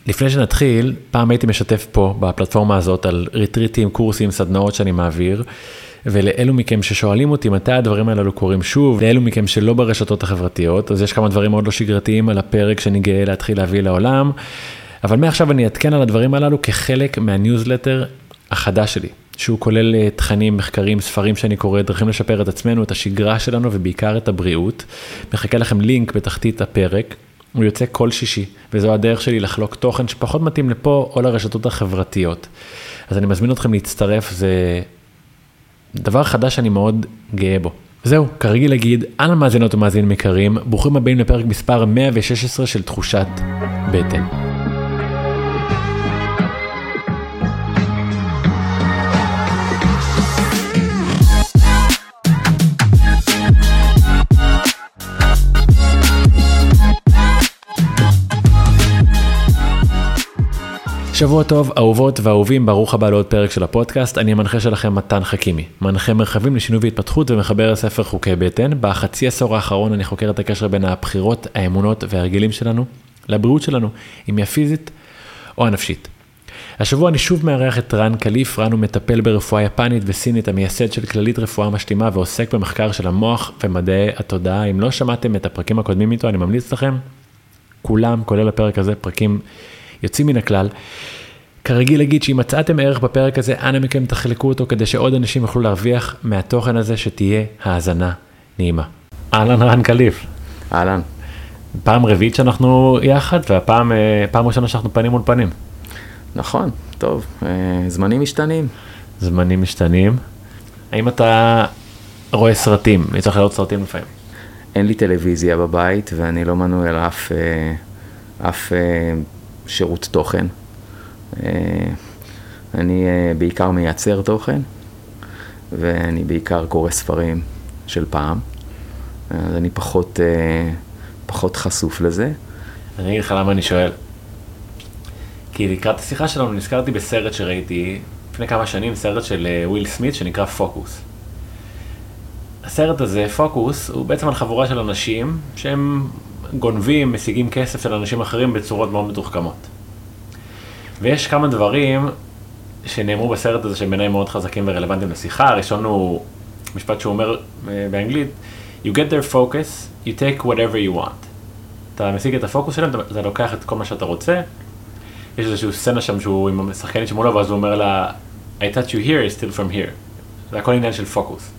לפני שנתחיל, פעם הייתי משתף פה בפלטפורמה הזאת על ריטריטים, קורסים, סדנאות שאני מעביר, ולאלו מכם ששואלים אותי מתי הדברים האלו קורים שוב, לאלו מכם שלא ברשתות החברתיות, אז יש כמה דברים מאוד לא שגרתיים על הפרק שאני גאה להתחיל להביא לעולם, אבל מעכשיו אני אתקן על הדברים הללו כחלק מהניוזלטר החדש שלי, שהוא כולל תכנים, מחקרים, ספרים שאני קורא, דרכים לשפר את עצמנו, את השגרה שלנו ובעיקר את הבריאות. מחכה לכם לינק בתחתית הפרק, הוא יוצא כל שישי, וזו הדרך שלי לחלוק תוכן שפחות מתאים לפה או לרשתות החברתיות. אז אני מזמין אתכם להצטרף, זה דבר חדש שאני מאוד גאה בו. זהו, כרגיל להגיד, אנא מאזינות ומאזינים יקרים, ברוכים הבאים לפרק מספר 116 של תחושת בטן. שבוע טוב, אהובות ואהובים, ברוך הבא לעוד פרק של הפודקאסט. אני המנחה שלכם מתן חכימי, מנחה מרחבים לשינוי והתפתחות ומחבר הספר חוקי בטן. בחצי עשור האחרון אני חוקר את הקשר בין הבחירות, האמונות וההרגלים שלנו לבריאות שלנו, אם היא הפיזית או הנפשית. השבוע אני שוב מארח את רן קליף. רן הוא מטפל ברפואה יפנית וסינית, המייסד של כללית רפואה משלימה ועוסק במחקר של המוח ומדעי התודעה. אם לא שמעתם את הפרקים הקודמים איתו, אני ממליץ לכם, כולם, כולל הפרק הזה, פרקים יוצאים מן הכלל. כרגיל להגיד שאם מצאתם ערך בפרק הזה, אנא מכם תחלקו אותו כדי שעוד אנשים יוכלו להרוויח מהתוכן הזה, שתהיה האזנה נעימה. אהלן רן קליף. אהלן. פעם רביעית שאנחנו יחד, והפעם ראשונה שאנחנו פנים מול פנים. נכון, טוב, זמנים משתנים. זמנים משתנים. האם אתה רואה סרטים? אני צריך לראות סרטים לפעמים. אין לי טלוויזיה בבית, ואני לא מנוי על אף שירות תוכן. אני בעיקר מייצר תוכן, ואני בעיקר קורא ספרים של פעם, אז אני פחות חשוף לזה. אני אגיד לך למה אני שואל. כי לקראת השיחה שלנו נזכרתי בסרט שראיתי לפני כמה שנים, סרט של וויל סמית שנקרא פוקוס. הסרט הזה, פוקוס, הוא בעצם על חבורה של אנשים שהם גונבים, משיגים כסף של אנשים אחרים בצורות מאוד מתוחכמות. ויש כמה דברים שנאמרו בסרט הזה שבעיניי מאוד חזקים ורלוונטיים לשיחה. הראשון הוא משפט שהוא אומר באנגלית, You get their focus, you take whatever you want. אתה משיג את הפוקוס שלהם, אתה לוקח את כל מה שאתה רוצה. יש איזושהי סצנה שם שהוא עם השחקנית שמולו, ואז הוא אומר לה, I touch you here is still from here. זה הכל עניין של פוקוס.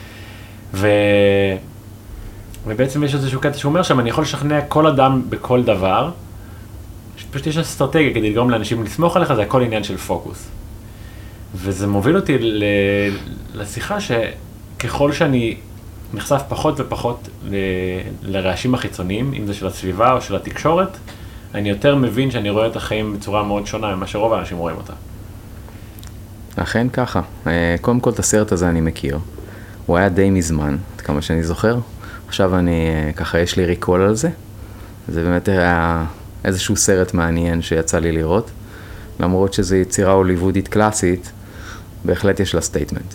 ובעצם יש איזשהו קטע שהוא אומר שם, אני יכול לשכנע כל אדם בכל דבר, פשוט יש אסטרטגיה כדי לגרום לאנשים לסמוך עליך, זה הכל עניין של פוקוס. וזה מוביל אותי לשיחה שככל שאני נחשף פחות ופחות לרעשים החיצוניים, אם זה של הסביבה או של התקשורת, אני יותר מבין שאני רואה את החיים בצורה מאוד שונה ממה שרוב האנשים רואים אותה. אכן ככה. קודם כל את הסרט הזה אני מכיר. הוא היה די מזמן, עד כמה שאני זוכר. עכשיו ככה יש לי ריקול על זה. זה באמת היה איזשהו סרט מעניין שיצא לי לראות. למרות שזו יצירה הוליוודית קלאסית, בהחלט יש לה סטייטמנט.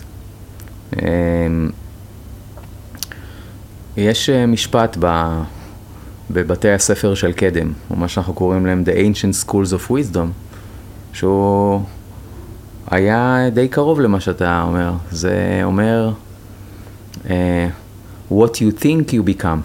יש משפט בבתי הספר של קדם, או מה שאנחנו קוראים להם The Ancient Schools of Wisdom, שהוא היה די קרוב למה שאתה אומר. זה אומר, what you think you become.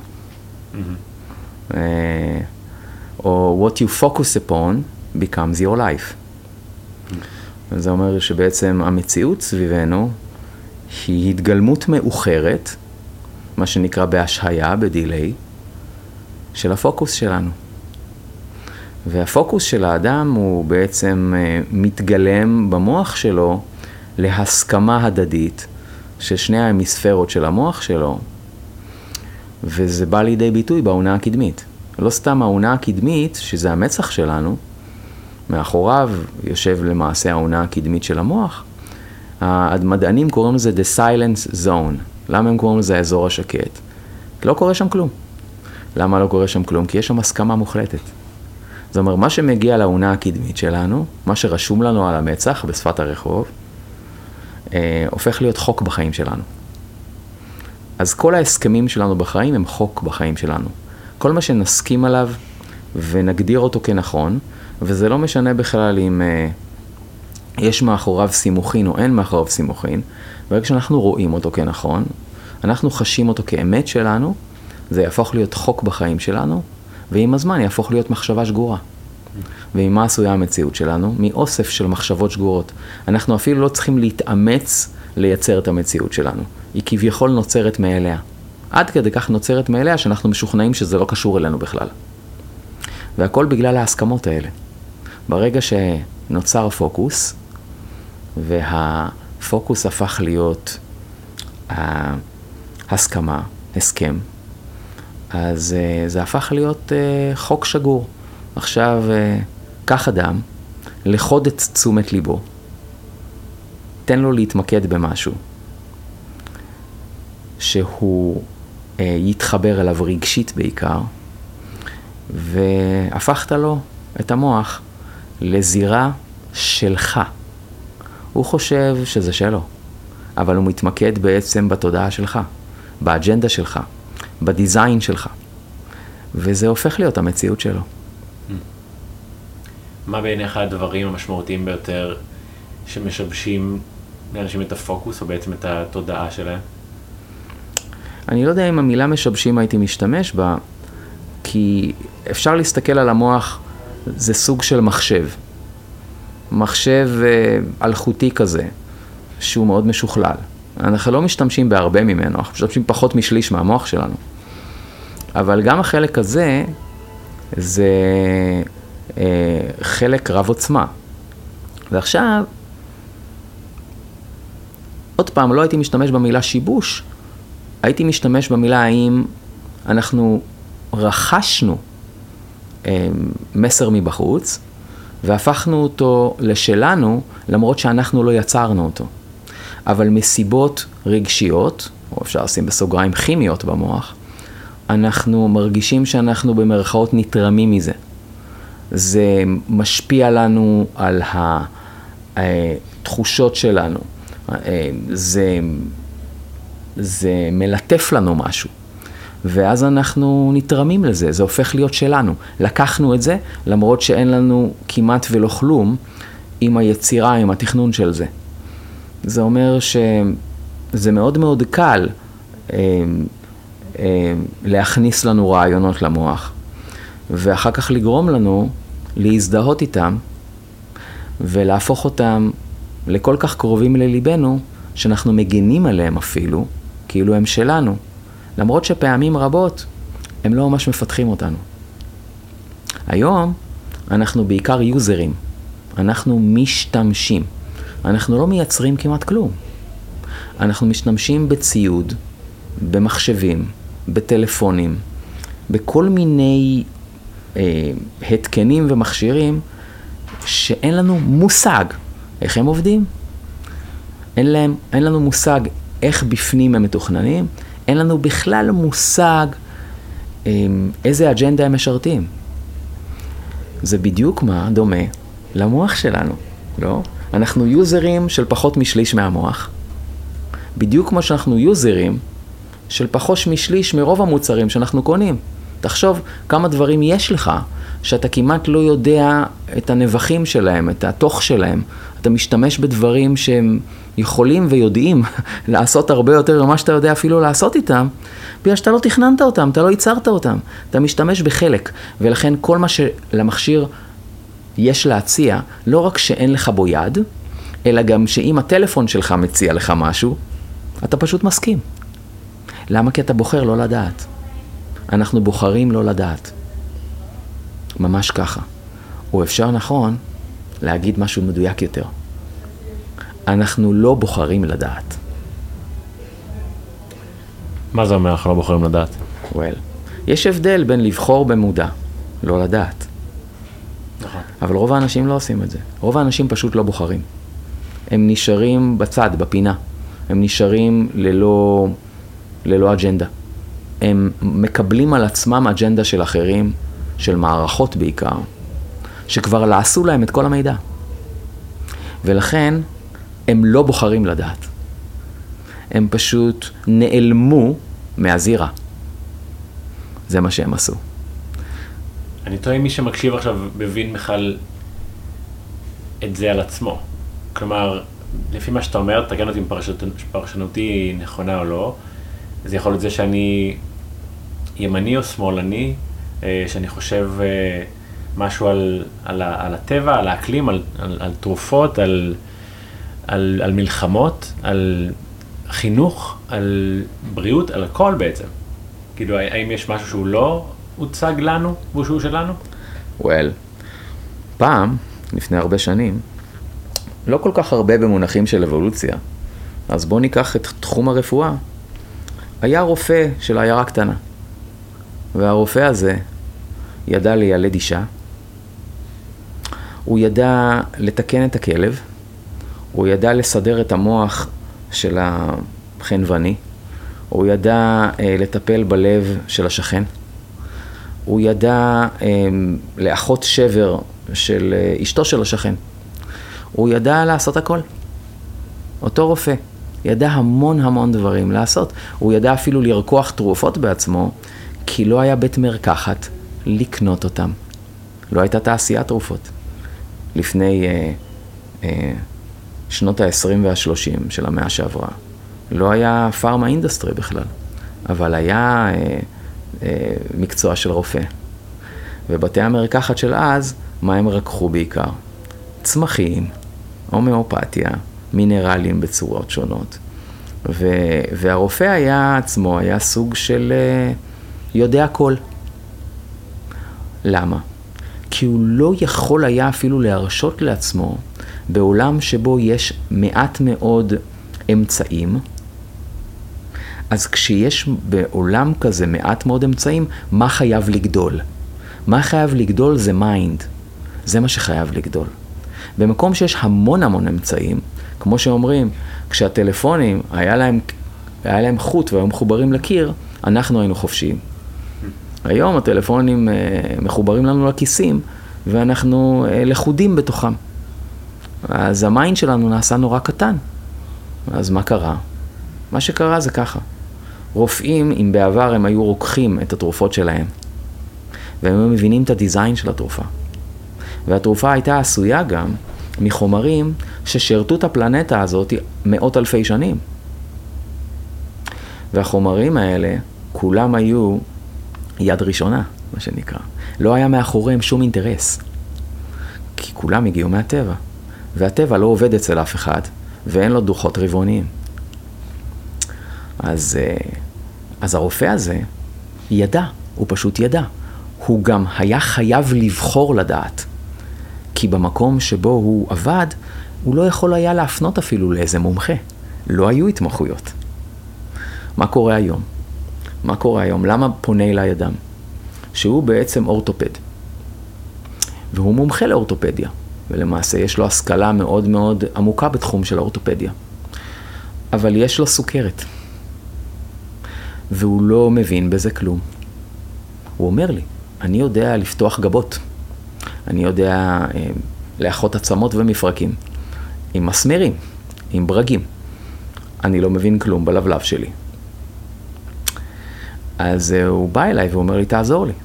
או what you focus upon becomes your life. זה אומר שבעצם המציאות סביבנו היא התגלמות מאוחרת, מה שנקרא בהשהיה, בדיליי, של הפוקוס שלנו. והפוקוס של האדם הוא בעצם מתגלם במוח שלו להסכמה הדדית של שני ההמיספרות של המוח שלו, וזה בא לידי ביטוי באונה הקדמית. לא סתם האונה הקדמית, שזה המצח שלנו, מאחוריו יושב למעשה האונה הקדמית של המוח. המדענים קוראים לזה The Silence Zone. למה הם קוראים לזה האזור השקט? לא קורה שם כלום. למה לא קורה שם כלום? כי יש שם הסכמה מוחלטת. זאת אומרת, מה שמגיע לאונה הקדמית שלנו, מה שרשום לנו על המצח בשפת הרחוב, הופך להיות חוק בחיים שלנו. אז כל ההסכמים שלנו בחיים הם חוק בחיים שלנו. כל מה שנסכים עליו ונגדיר אותו כנכון, וזה לא משנה בכלל אם יש מאחוריו סימוכין או אין מאחוריו סימוכין, ברגע שאנחנו רואים אותו כנכון, אנחנו חשים אותו כאמת שלנו, זה יהפוך להיות חוק בחיים שלנו, ועם הזמן יהפוך להיות מחשבה שגורה. וממה עשויה המציאות שלנו? מאוסף של מחשבות שגורות. אנחנו אפילו לא צריכים להתאמץ לייצר את המציאות שלנו. היא כביכול נוצרת מאליה. עד כדי כך נוצרת מאליה שאנחנו משוכנעים שזה לא קשור אלינו בכלל. והכל בגלל ההסכמות האלה. ברגע שנוצר פוקוס, והפוקוס הפך להיות הסכמה, הסכם, אז זה הפך להיות חוק שגור. עכשיו, קח אדם, לחוד את תשומת ליבו, תן לו להתמקד במשהו, שהוא יתחבר אליו רגשית בעיקר, והפכת לו את המוח לזירה שלך. הוא חושב שזה שלו, אבל הוא מתמקד בעצם בתודעה שלך, באג'נדה שלך, בדיזיין שלך, וזה הופך להיות המציאות שלו. מה בעיניך הדברים המשמעותיים ביותר שמשבשים לאנשים את הפוקוס, או בעצם את התודעה שלהם? אני לא יודע אם המילה משבשים הייתי משתמש בה, כי אפשר להסתכל על המוח, זה סוג של מחשב. מחשב אלחוטי כזה, שהוא מאוד משוכלל. אנחנו לא משתמשים בהרבה ממנו, אנחנו משתמשים פחות משליש מהמוח שלנו. אבל גם החלק הזה, זה חלק רב עוצמה. ועכשיו, עוד פעם, לא הייתי משתמש במילה שיבוש, הייתי משתמש במילה האם אנחנו רכשנו מסר מבחוץ, והפכנו אותו לשלנו, למרות שאנחנו לא יצרנו אותו. אבל מסיבות רגשיות, או אפשר לשים בסוגריים כימיות במוח, אנחנו מרגישים שאנחנו במרכאות נתרמים מזה. זה משפיע לנו על התחושות שלנו. זה מלטף לנו משהו. ואז אנחנו נתרמים לזה, זה הופך להיות שלנו. לקחנו את זה, למרות שאין לנו כמעט ולא כלום עם היצירה, עם התכנון של זה. זה אומר שזה מאוד מאוד קל להכניס לנו רעיונות למוח, ואחר כך לגרום לנו להזדהות איתם, ולהפוך אותם לכל כך קרובים לליבנו, שאנחנו מגנים עליהם אפילו, כאילו הם שלנו. למרות שפעמים רבות הם לא ממש מפתחים אותנו. היום אנחנו בעיקר יוזרים, אנחנו משתמשים, אנחנו לא מייצרים כמעט כלום. אנחנו משתמשים בציוד, במחשבים, בטלפונים, בכל מיני התקנים ומכשירים שאין לנו מושג איך הם עובדים. אין לנו מושג איך בפנים הם מתוכננים, אין לנו בכלל מושג איזה אג'נדה הם משרתים. זה בדיוק מה דומה למוח שלנו, לא? אנחנו יוזרים של פחות משליש מהמוח, בדיוק כמו שאנחנו יוזרים של פחות משליש מרוב המוצרים שאנחנו קונים. תחשוב כמה דברים יש לך שאתה כמעט לא יודע את הנבחים שלהם, את התוך שלהם. אתה משתמש בדברים שהם יכולים ויודעים לעשות הרבה יותר ממה שאתה יודע אפילו לעשות איתם, בגלל שאתה לא תכננת אותם, אתה לא ייצרת אותם, אתה משתמש בחלק, ולכן כל מה שלמכשיר יש להציע, לא רק שאין לך בו יד, אלא גם שאם הטלפון שלך מציע לך משהו, אתה פשוט מסכים. למה? כי אתה בוחר לא לדעת. אנחנו בוחרים לא לדעת. ממש ככה. או אפשר נכון להגיד משהו מדויק יותר. אנחנו לא בוחרים לדעת. מה זה אומר אנחנו לא בוחרים לדעת? יש הבדל בין לבחור במודע, לא לדעת. נכון. אבל רוב האנשים לא עושים את זה. רוב האנשים פשוט לא בוחרים. הם נשארים בצד, בפינה. הם נשארים ללא אג'נדה. הם מקבלים על עצמם אג'נדה של אחרים, של מערכות בעיקר, שכבר לעשו להם את כל המידע. ולכן הם לא בוחרים לדעת. הם פשוט נעלמו מהזירה. זה מה שהם עשו. אני טועה מי שמקשיב עכשיו מבין בכלל את זה על עצמו. כלומר, לפי מה שאתה אומר, תגן אותי אם פרשנותי נכונה או לא, זה יכול להיות זה שאני ימני או שמאלני, שאני חושב משהו על הטבע, על האקלים, על תרופות, על מלחמות, על חינוך, על בריאות, על הכל בעצם. כאילו, האם יש משהו שהוא לא הוצג לנו, והוא שלנו? פעם, לפני הרבה שנים, לא כל כך הרבה במונחים של אבולוציה, אז בואו ניקח את תחום הרפואה. היה רופא של עיירה קטנה, והרופא הזה ידע לילד אישה, הוא ידע לתקן את הכלב, הוא ידע לסדר את המוח של החנווני, הוא ידע לטפל בלב של השכן, הוא ידע לאחות שבר של אשתו של השכן, הוא ידע לעשות הכל. אותו רופא ידע המון דברים לעשות. הוא ידע אפילו לרקוח תרופות בעצמו, כי לא היה בית מרקחת לקנות אותם. לא הייתה תעשיית תרופות. לפני שנות ה-20 וה-30 של המאה שעברה, לא היה פארמה אינדסטרי בכלל, אבל היה מקצוע של רופא. ובתי המרקחת של אז, מה הם רקחו בעיקר? צמחים, הומאופתיה, מינרלים בצורות שונות. והרופא היה סוג של יודע הכל. למה? כי הוא לא יכול היה אפילו להרשות לעצמו בעולם שבו יש מעט מאוד אמצעים. אז כשיש בעולם כזה מעט מאוד אמצעים, מה חייב לגדול? מה חייב לגדול זה מיינד. זה מה שחייב לגדול. במקום שיש המון אמצעים, כמו שאומרים, כשהטלפונים היה להם חוט והיו מחוברים לקיר, אנחנו היינו חופשיים. היום הטלפונים מחוברים לנו לכיסים, ואנחנו לחודים בתוכם. אז המיינד שלנו נעשה נורא קטן. אז מה קרה? מה שקרה זה ככה. רופאים, אם בעבר הם היו רוקחים את התרופות שלהם, והם היו מבינים את הדיזיין של התרופה. והתרופה הייתה עשויה גם מחומרים ששרתו את הפלנטה הזאת מאות אלפי שנים. והחומרים האלה, כולם היו יד ראשונה, מה שנקרא. לא היה מאחוריהם שום אינטרס. כי כולם הגיעו מהטבע. והטבע לא עובד אצל אף אחד, ואין לו דוחות רבעוניים. אז הרופא הזה ידע, הוא פשוט ידע. הוא גם היה חייב לבחור לדעת. כי במקום שבו הוא עבד, הוא לא יכול היה להפנות אפילו לאיזה מומחה. לא היו התמחויות. מה קורה היום? מה קורה היום? למה פונה אליי אדם? שהוא בעצם אורתופד. והוא מומחה לאורתופדיה. ולמעשה יש לו השכלה מאוד עמוקה בתחום של האורתופדיה. אבל יש לו סוכרת. והוא לא מבין בזה כלום. הוא אומר לי, אני יודע לפתוח גבות. אני יודע לאחות עצמות ומפרקים. עם מסמרים, עם ברגים. אני לא מבין כלום בלבלב שלי. אז הוא בא אליי ואומר לי, תעזור לי.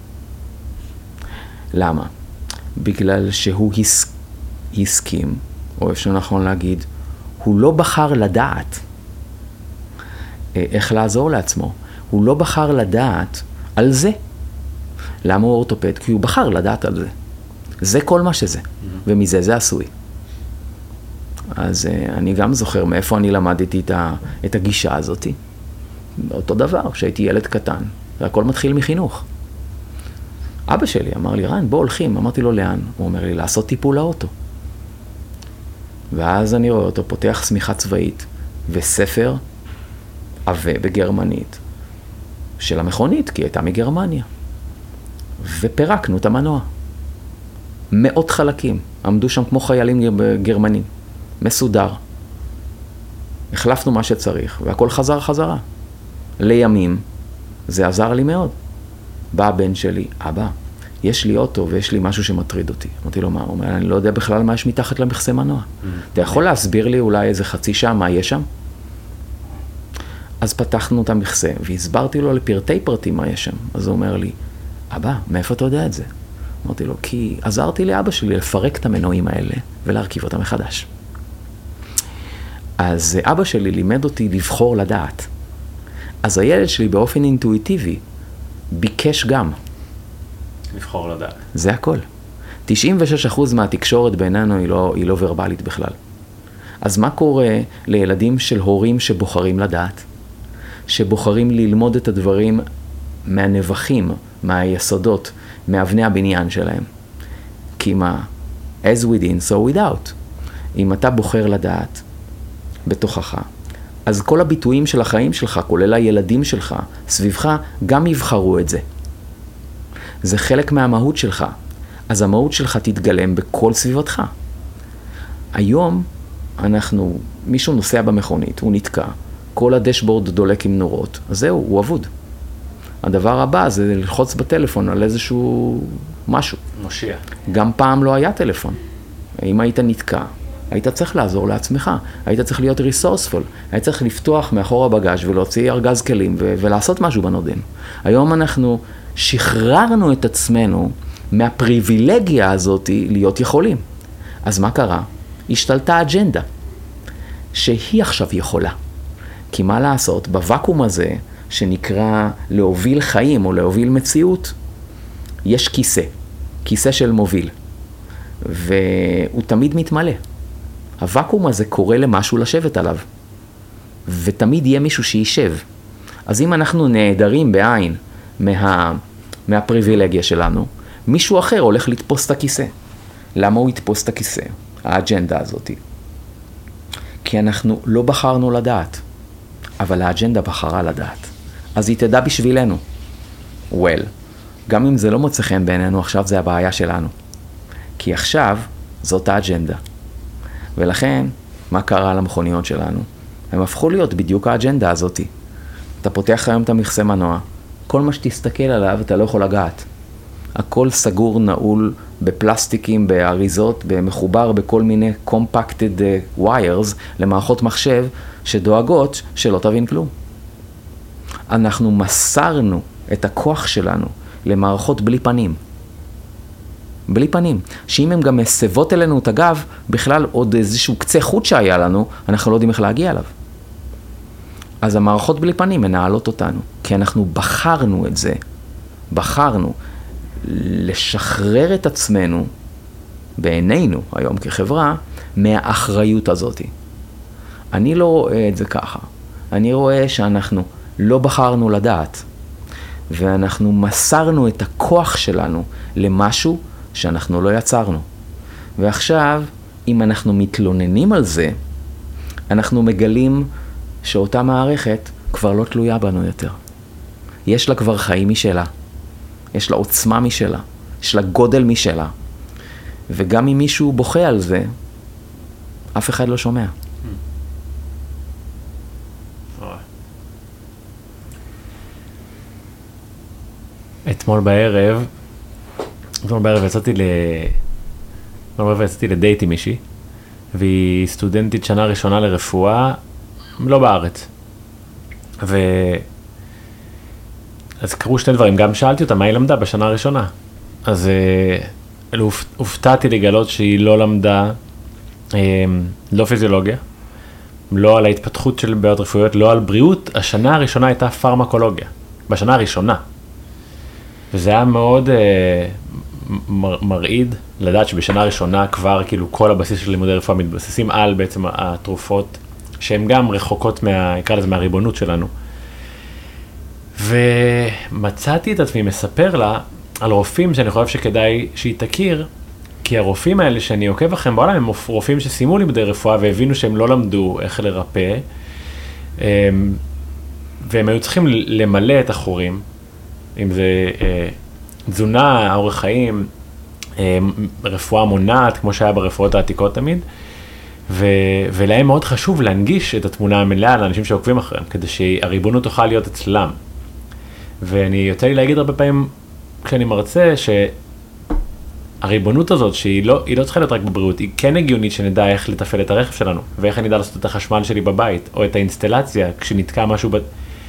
למה? בגלל שהוא הסכים, או אפשר נכון להגיד, הוא לא בחר לדעת איך לעזור לעצמו. הוא לא בחר לדעת על זה. למה הוא אורתופד? כי הוא בחר לדעת על זה. זה כל מה שזה. ומזה זה עשוי. אז אני גם זוכר מאיפה אני למדתי את הגישה הזאת. אותו דבר, שהייתי ילד קטן, והכל מתחיל מחינוך. אבא שלי אמר לי, רן, בוא הולכים. אמרתי לו, לאן? הוא אומר לי, לעשות טיפול לאוטו. ואז אני רואה אותו, פותח סמיכה צבאית, וספר עבה בגרמנית, של המכונית, כי הייתה מגרמניה. ופרקנו את המנוע. מאות חלקים. עמדו שם כמו חיילים גרמנים. מסודר. החלפנו מה שצריך, והכל חזרה. לימים, זה עזר לי מאוד. בא הבן שלי, אבא, יש לי אוטו ויש לי משהו שמטריד אותי. אמרתי לו, מה? הוא אומר, אני לא יודע בכלל מה יש מתחת למכסה מנוע. אתה יכול להסביר לי אולי איזה חצי שעה מה יש שם? אז פתחנו את המכסה, והסברתי לו לפרטי פרטים מה יש שם. אז הוא אומר לי, אבא, מאיפה אתה יודע את זה? אמרתי לו, כי עזרתי לאבא שלי לפרק את המנועים האלה ולהרכיב אותם מחדש. אז אבא שלי לימד אותי לבחור לדעת. אז הילד שלי באופן אינטואיטיבי ביקש גם. לבחור לדעת. זה הכל. 96% מהתקשורת בינינו היא לא ורבלית בכלל. אז מה קורה לילדים של הורים שבוחרים לדעת? שבוחרים ללמוד את הדברים מהנבחים, מהיסודות, מאבני הבניין שלהם. כי מה? As within, so without. אם אתה בוחר לדעת בתוכך, אז כל הביטויים של החיים שלך, כולל הילדים שלך, סביבך, גם יבחרו את זה. זה חלק מהמהות שלך. אז המהות שלך תתגלם בכל סביבתך. היום מישהו נוסע במכונית, הוא נתקע, כל הדשבורד דולק עם נורות, אז זהו, הוא אבוד. הדבר הבא זה ללחוץ בטלפון על איזשהו משהו. מושיע. גם פעם לא היה טלפון. אם היית נתקע, היית צריך לעזור לעצמך, היית צריך להיות resourceful, היית צריך לפתוח מאחור הבגז' ולהוציא ארגז כלים ולעשות משהו בנודם. היום אנחנו שחררנו את עצמנו מהפריבילגיה הזאת להיות יכולים. אז מה קרה? השתלטה אג'נדה, שהיא עכשיו יכולה. כי מה לעשות? בוואקום הזה, שנקרא להוביל חיים או להוביל מציאות, יש כיסא של מוביל, והוא תמיד מתמלא. הוואקום הזה קורא למשהו לשבת עליו, ותמיד יהיה מישהו שישב. אז אם אנחנו נעדרים בעין מהפריבילגיה שלנו, מישהו אחר הולך לתפוס את הכיסא. למה הוא יתפוס את הכיסא? האג'נדה הזאת. כי אנחנו לא בחרנו לדעת, אבל האג'נדה בחרה לדעת. אז היא תדע בשבילנו. גם אם זה לא מוצא חן בעינינו, עכשיו זה הבעיה שלנו. כי עכשיו זאת האג'נדה. ולכן, מה קרה למכוניות שלנו? הם הפכו להיות בדיוק האג'נדה הזאת. אתה פותח היום את המכסה מנוע, כל מה שתסתכל עליו אתה לא יכול לגעת. הכל סגור, נעול, בפלסטיקים, באריזות, במחובר בכל מיני compacted wires למערכות מחשב שדואגות שלא תבין כלום. אנחנו מסרנו את הכוח שלנו למערכות בלי פנים. בלי פנים. שאם הם גם מסבות אלינו את הגב, בכלל עוד איזשהו קצה חוט שהיה לנו, אנחנו לא יודעים איך להגיע אליו. אז המערכות בלי פנים מנהלות אותנו, כי אנחנו בחרנו את זה. בחרנו לשחרר את עצמנו, בעינינו היום כחברה, מהאחריות הזאת. אני לא רואה את זה ככה. אני רואה שאנחנו לא בחרנו לדעת, ואנחנו מסרנו את הכוח שלנו למשהו שאנחנו לא יצרנו. ועכשיו, אם אנחנו מתלוננים על זה, אנחנו מגלים שאותה מערכת כבר לא תלויה בנו יותר. יש לה כבר חיים משלה. יש לה עוצמה משלה. יש לה גודל משלה. וגם אם מישהו בוכה על זה, אף אחד לא שומע. אתמול בערב יצאתי לדייט עם מישהי, והיא סטודנטית שנה ראשונה לרפואה, לא בארץ. אז קרו שני דברים, גם שאלתי אותה מה היא למדה בשנה הראשונה. אז הופתעתי לגלות שהיא לא למדה, לא פיזיולוגיה, לא על ההתפתחות של בעיות רפואיות, לא על בריאות. השנה הראשונה הייתה פרמקולוגיה, בשנה הראשונה. וזה היה מאוד מרעיד לדעת שבשנה הראשונה כבר כאילו כל הבסיס של לימודי רפואה מתבססים על בעצם התרופות שהן גם רחוקות נקרא לזה מהריבונות שלנו. ומצאתי את עצמי מספר לה על רופאים שאני חושב שכדאי שהיא תכיר, כי הרופאים האלה שאני עוקב אחריהם בעולם הם רופאים שסיימו לימודי רפואה והבינו שהם לא למדו איך לרפא, והם היו צריכים למלא את החורים, אם זה תזונה, אורח חיים, רפואה מונעת, כמו שהיה ברפואות העתיקות תמיד, ולהם מאוד חשוב להנגיש את התמונה המלאה לאנשים שעוקבים אחריהם, כדי שהריבונות תוכל להיות אצלם. ואני יוצא לי להגיד הרבה פעמים כשאני מרצה, שהריבונות הזאת, שהיא לא צריכה להיות רק בבריאות, היא כן הגיונית שנדע איך לתפעל את הרכב שלנו, ואיך אני יודע לעשות את החשמל שלי בבית, או את האינסטלציה, כשנתקע משהו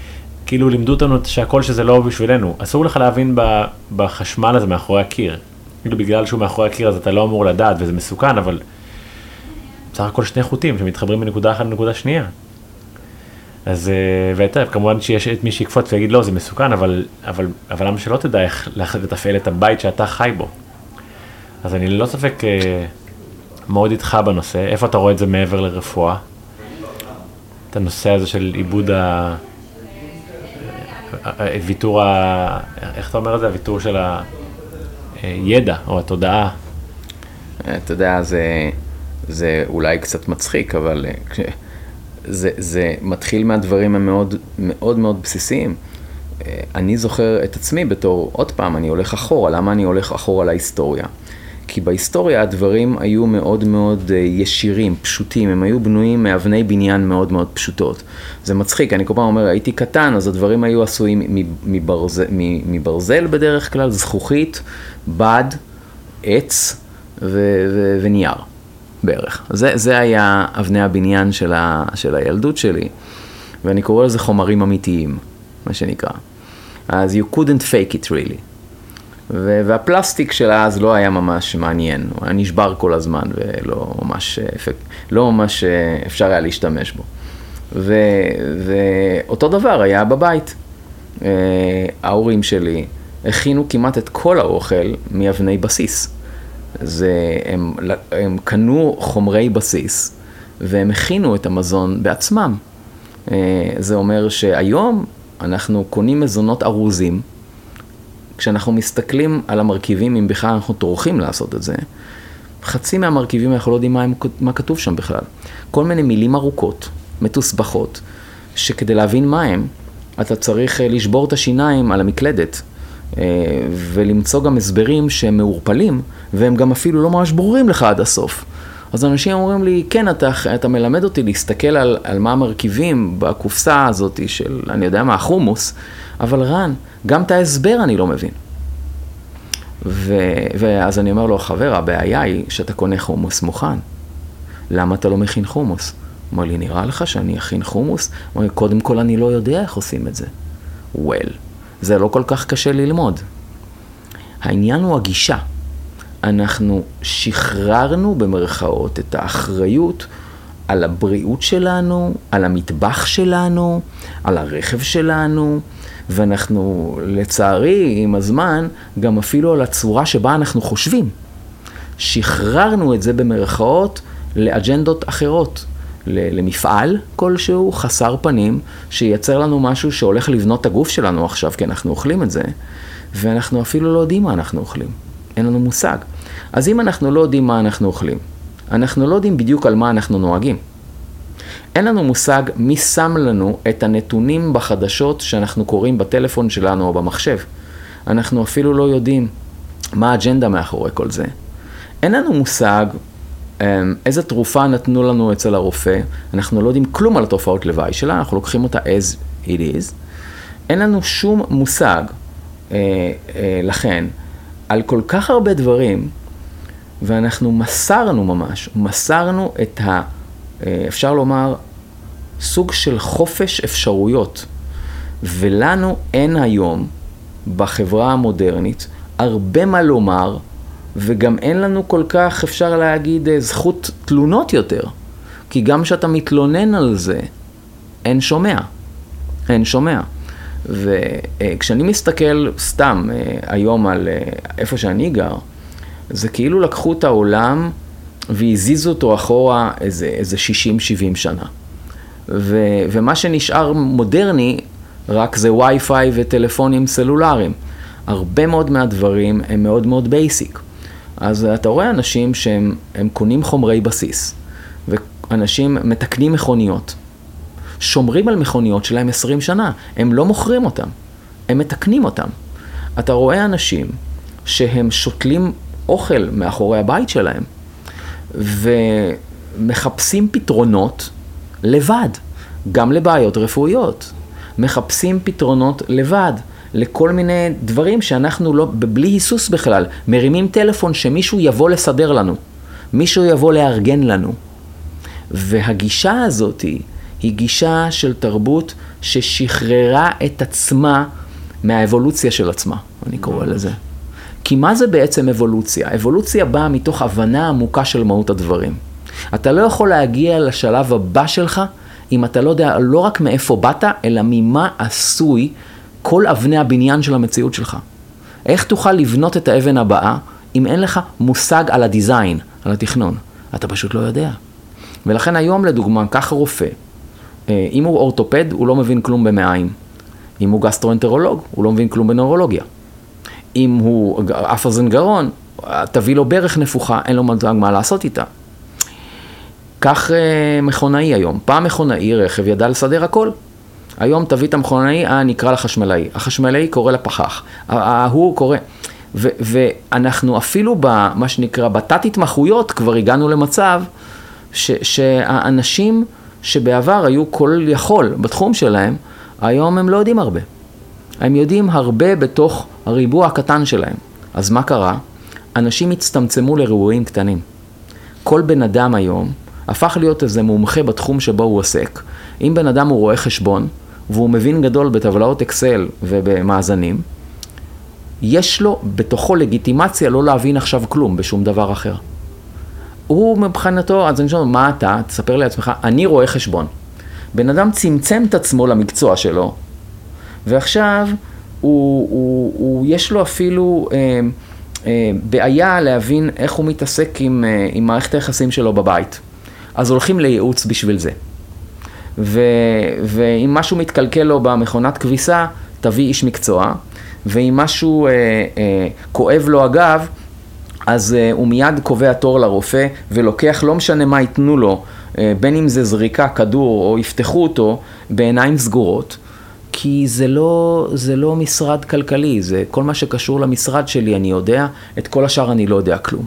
כאילו לימדו אותנו שהכל שזה לא בשבילנו. אסור לך להבין בחשמל הזה מאחורי הקיר. בגלל שהוא מאחורי הקיר, אז אתה לא אמור לדעת, וזה מסוכן, אבל בסך הכל שני חוטים שמתחברים מנקודה אחת לנקודה שנייה. אז, כמובן שיש את מי שיקפוץ ויגיד, לא, זה מסוכן, אבל למה שלא תדע איך לתפעל את הבית שאתה חי בו? אז אני לא ספק מאוד איתך בנושא. איפה אתה רואה את זה מעבר לרפואה? את הנושא הזה של עיבוד ויתור, איך אתה אומר את זה? הוויתור של הידע או התודעה. אתה יודע, זה אולי קצת מצחיק, אבל זה מתחיל מהדברים המאוד מאוד מאוד בסיסיים. אני זוכר את עצמי בתור, עוד פעם, אני הולך אחורה. למה אני הולך אחורה להיסטוריה? כי בהיסטוריה הדברים היו מאוד מאוד ישירים, פשוטים, הם היו בנויים מאבני בניין מאוד מאוד פשוטות. זה מצחיק, אני כל פעם אומר, הייתי קטן, אז הדברים היו עשויים מברזל בדרך כלל, זכוכית, בד, עץ ונייר בערך. זה היה אבני הבניין של הילדות שלי, ואני קורא לזה חומרים אמיתיים, מה שנקרא. אז you couldn't fake it really. והפלסטיק שלה אז לא היה ממש מעניין, הוא היה נשבר כל הזמן ולא ממש אפשר היה להשתמש בו. ואותו דבר היה בבית. ההורים שלי הכינו כמעט את כל האוכל מאבני בסיס. הם קנו חומרי בסיס והם הכינו את המזון בעצמם. זה אומר שהיום אנחנו קונים מזונות ארוזים, כשאנחנו מסתכלים על המרכיבים, אם בכלל אנחנו טורחים לעשות את זה, חצי מהמרכיבים אנחנו לא יודעים מה כתוב שם בכלל. כל מיני מילים ארוכות, מתוסבכות, שכדי להבין מה הם, אתה צריך לשבור את השיניים על המקלדת, ולמצוא גם הסברים שהם מעורפלים, והם גם אפילו לא ממש ברורים לך עד הסוף. אז אנשים אומרים לי, כן, אתה מלמד אותי להסתכל על מה המרכיבים בקופסה הזאת של, אני יודע מה, החומוס, אבל רן, גם את ההסבר אני לא מבין. ואז אני אומר לו, חבר, הבעיה היא שאתה קונה חומוס מוכן. למה אתה לא מכין חומוס? אומר לי, נראה לך שאני אכין חומוס? אומר לי, קודם כל אני לא יודע איך עושים את זה. זה לא כל כך קשה ללמוד. העניין הוא הגישה. אנחנו שחררנו במרכאות את האחריות על הבריאות שלנו, על המטבח שלנו, על הרכב שלנו, ואנחנו לצערי עם הזמן גם אפילו על הצורה שבה אנחנו חושבים. שחררנו את זה במרכאות לאג'נדות אחרות, למפעל כלשהו חסר פנים, שייצר לנו משהו שהולך לבנות את הגוף שלנו עכשיו, כי אנחנו אוכלים את זה, ואנחנו אפילו לא יודעים מה אנחנו אוכלים. אין לנו מושג. אז אם אנחנו לא יודעים מה אנחנו אוכלים, אנחנו לא יודעים בדיוק על מה אנחנו נוהגים. אין לנו מושג מי שם לנו את הנתונים בחדשות שאנחנו קוראים בטלפון שלנו או במחשב. אנחנו אפילו לא יודעים מה האג'נדה מאחורי כל זה. אין לנו מושג איזה תרופה נתנו לנו אצל הרופא. אנחנו לא יודעים כלום על התופעות לוואי שלה, אנחנו לוקחים אותה as it is. אין לנו שום מושג, לכן, על כל כך הרבה דברים, ואנחנו מסרנו את אפשר לומר, סוג של חופש אפשרויות. ולנו אין היום, בחברה המודרנית, הרבה מה לומר, וגם אין לנו כל כך, אפשר להגיד, זכות תלונות יותר. כי גם שאתה מתלונן על זה, אין שומע. וכשאני מסתכל סתם היום על איפה שאני גר, זה כאילו לקחו את העולם והזיזו אותו אחורה איזה 60-70 שנה. ומה שנשאר מודרני רק זה וי-פיי וטלפונים סלולריים. הרבה מאוד מהדברים הם מאוד מאוד בייסיק. אז אתה רואה אנשים שהם קונים חומרי בסיס, ואנשים מתקנים מכוניות. שומרים על מכוניות שלהם 20 שנה, הם לא מוכרים אותם, הם מתקנים אותם. אתה רואה אנשים שהם שותלים אוכל מאחורי הבית שלהם, ומחפשים פתרונות לבד, גם לבעיות רפואיות. מחפשים פתרונות לבד, לכל מיני דברים שאנחנו לא, בלי היסוס בכלל, מרימים טלפון שמישהו יבוא לסדר לנו, מישהו יבוא לארגן לנו. והגישה הזאת היא גישה של תרבות ששחררה את עצמה מהאבולוציה של עצמה, אני קורא לזה. כי מה זה בעצם אבולוציה? אבולוציה באה מתוך הבנה עמוקה של מהות הדברים. אתה לא יכול להגיע לשלב הבא שלך, אם אתה לא יודע לא רק מאיפה באת, אלא ממה עשוי כל אבני הבניין של המציאות שלך. איך תוכל לבנות את האבן הבאה, אם אין לך מושג על הדיזיין, על התכנון? אתה פשוט לא יודע. ולכן היום לדוגמה, ככה רופא, אם הוא אורתופד, הוא לא מבין כלום במעיים. אם הוא גסטרואנטרולוג, הוא לא מבין כלום בנוירולוגיה. אם הוא אף אוזן גרון, תביא לו ברך נפוחה, אין לו מה לעשות איתה. כך מכונאי היום. פעם מכונאי, רכב ידע לסדר הכל. היום תביא את המכונאי, נקרא לחשמלאי. החשמלאי קורא לפחח. הוא קורא. ואנחנו אפילו במה שנקרא, בתת התמחויות, כבר הגענו למצב שהאנשים שבעבר היו כל יכול בתחום שלהם, היום הם לא יודעים הרבה. הם יודעים הרבה בתוך הריבוע הקטן שלהם. אז מה קרה? אנשים הצטמצמו לריבועים קטנים. כל בן אדם היום הפך להיות איזה מומחה בתחום שבו הוא עוסק. אם בן אדם הוא רואה חשבון, והוא מבין גדול בטבלאות אקסל ובמאזנים, יש לו בתוכו לגיטימציה לא להבין עכשיו כלום בשום דבר אחר. הוא מבחינתו, אז אני שואל, מה אתה? תספר לי לעצמך, אני רואה חשבון. בן אדם צמצם את עצמו למקצוע שלו, ועכשיו יש לו אפילו בעיה להבין איך הוא מתעסק עם מערכת היחסים שלו בבית. אז הולכים לייעוץ בשביל זה. ואם משהו מתקלקל לו במכונת כביסה, תביא איש מקצוע, ואם משהו כואב לו אגב, אז הוא מיד קובע תור לרופא, ולוקח לא משנה מה ייתנו לו, בין אם זה זריקה, כדור, או יפתחו אותו בעיניים סגורות, כי זה לא משרד כלכלי, זה כל מה שקשור למשרד שלי אני יודע, את כל השאר אני לא יודע כלום.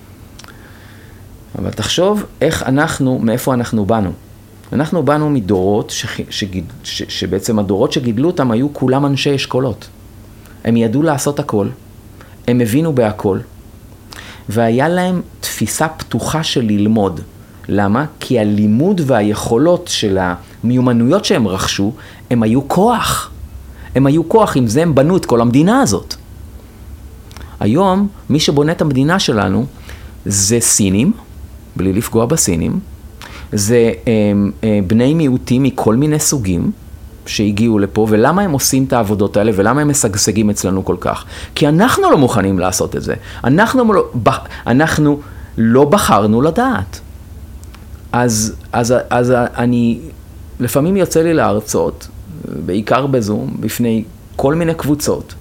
אבל תחשוב מאיפה אנחנו באנו. אנחנו באנו מדורות שבעצם הדורות שגידלו אותם היו כולם אנשי אשכולות. הם ידעו לעשות הכל, הם הבינו בהכל, והיה להם תפיסה פתוחה של ללמוד. למה? כי הלימוד והיכולות של המיומנויות שהם רכשו, הם היו כוח. הם היו כוח, עם זה הם בנו את כל המדינה הזאת. היום, מי שבונה את המדינה שלנו, זה סינים, בלי לפגוע בסינים, זה בני מיעוטים מכל מיני סוגים, שהגיעו לפה, ולמה הם עושים את העבודות האלה, ולמה הם משגשגים אצלנו כל כך? כי אנחנו לא מוכנים לעשות את זה. אנחנו לא בחרנו לדעת. אז אני, לפעמים יוצא לי להרצות, בעיקר בזום, בפני כל מיני קבוצות,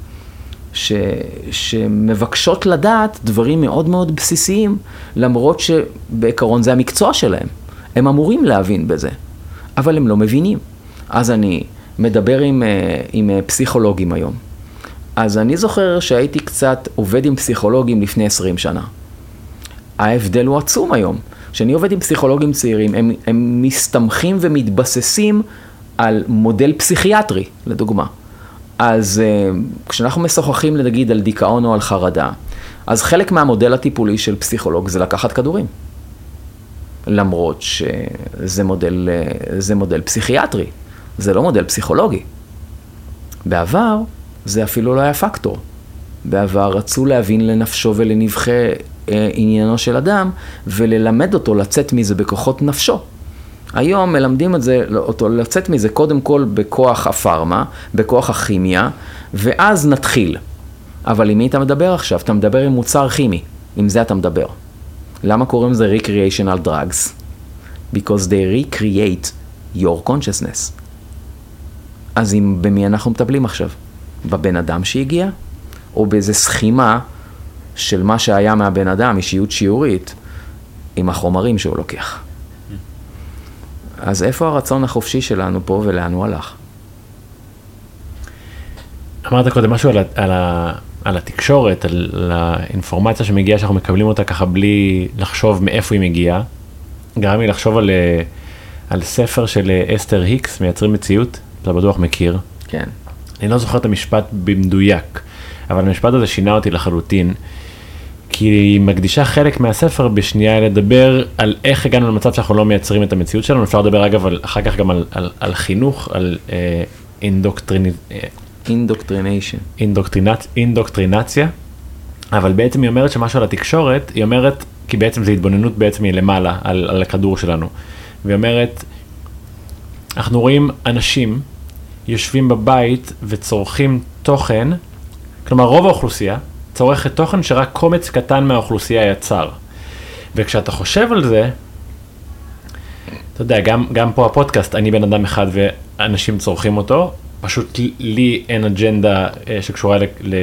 שמבקשות לדעת דברים מאוד מאוד בסיסיים, למרות שבעיקרון זה המקצוע שלהם. הם אמורים להבין בזה, אבל הם לא מבינים. אז אני מדבר עם פסיכולוגים היום. אז אני זוכר שהייתי קצת עובד עם פסיכולוגים לפני 20 שנה. ההבדל הוא עצום היום. כשאני עובד עם פסיכולוגים צעירים, הם מסתמכים ומתבססים על מודל פסיכיאטרי, לדוגמה. אז כשאנחנו משוחחים נגיד על דיכאון או על חרדה, אז חלק מהמודל הטיפולי של פסיכולוג זה לקחת כדורים. למרות שזה מודל פסיכיאטרי, זה לא מודל פסיכולוגי. בעבר זה אפילו לא היה פקטור. בעבר רצו להבין לנפשו ולנבחי עניינו של אדם, וללמד אותו לצאת מזה בכוחות נפשו. היום מלמדים אותו לצאת מזה קודם כל בכוח הפארמה, בכוח הכימיה, ואז נתחיל. אבל עם מי אתה מדבר עכשיו? אתה מדבר עם מוצר כימי, עם זה אתה מדבר. למה קוראים זה recreational drugs? Because they recreate your consciousness. אז במי אנחנו מטפלים עכשיו? בבן אדם שהגיע? או באיזה סכימה של מה שהיה מהבן אדם, אישיות שיעורית, עם החומרים שהוא לוקח? אז איפה הרצון החופשי שלנו פה ולאן הוא הלך? אמרת קודם משהו על התקשורת, על האינפורמציה שמגיעה, שאנחנו מקבלים אותה ככה בלי לחשוב מאיפה היא מגיעה. גרם לי לחשוב על ספר של אסתר היקס, מייצרים מציאות, אתה בטוח מכיר. כן. אני לא זוכר את המשפט במדויק, אבל המשפט הזה שינה אותי לחלוטין, כי היא מקדישה חלק מהספר בשנייה לדבר על איך הגענו למצב שאנחנו לא מייצרים את המציאות שלנו. אפשר לדבר אגב אחר כך גם על חינוך, על אינדוקטרינציה, אבל בעצם היא אומרת שמשהו על התקשורת, היא אומרת, כי בעצם זה התבוננות בעצם מלמעלה על הכדור שלנו. והיא אומרת, אנחנו רואים אנשים יושבים בבית וצורכים תוכן, כלומר רוב האוכלוסייה צורכת תוכן שרק קומץ קטן מהאוכלוסייה יצר. וכשאתה חושב על זה, אתה יודע, גם פה הפודקאסט, אני בן אדם אחד ואנשים צורכים אותו, פשוט לי אין אג'נדה שקשורה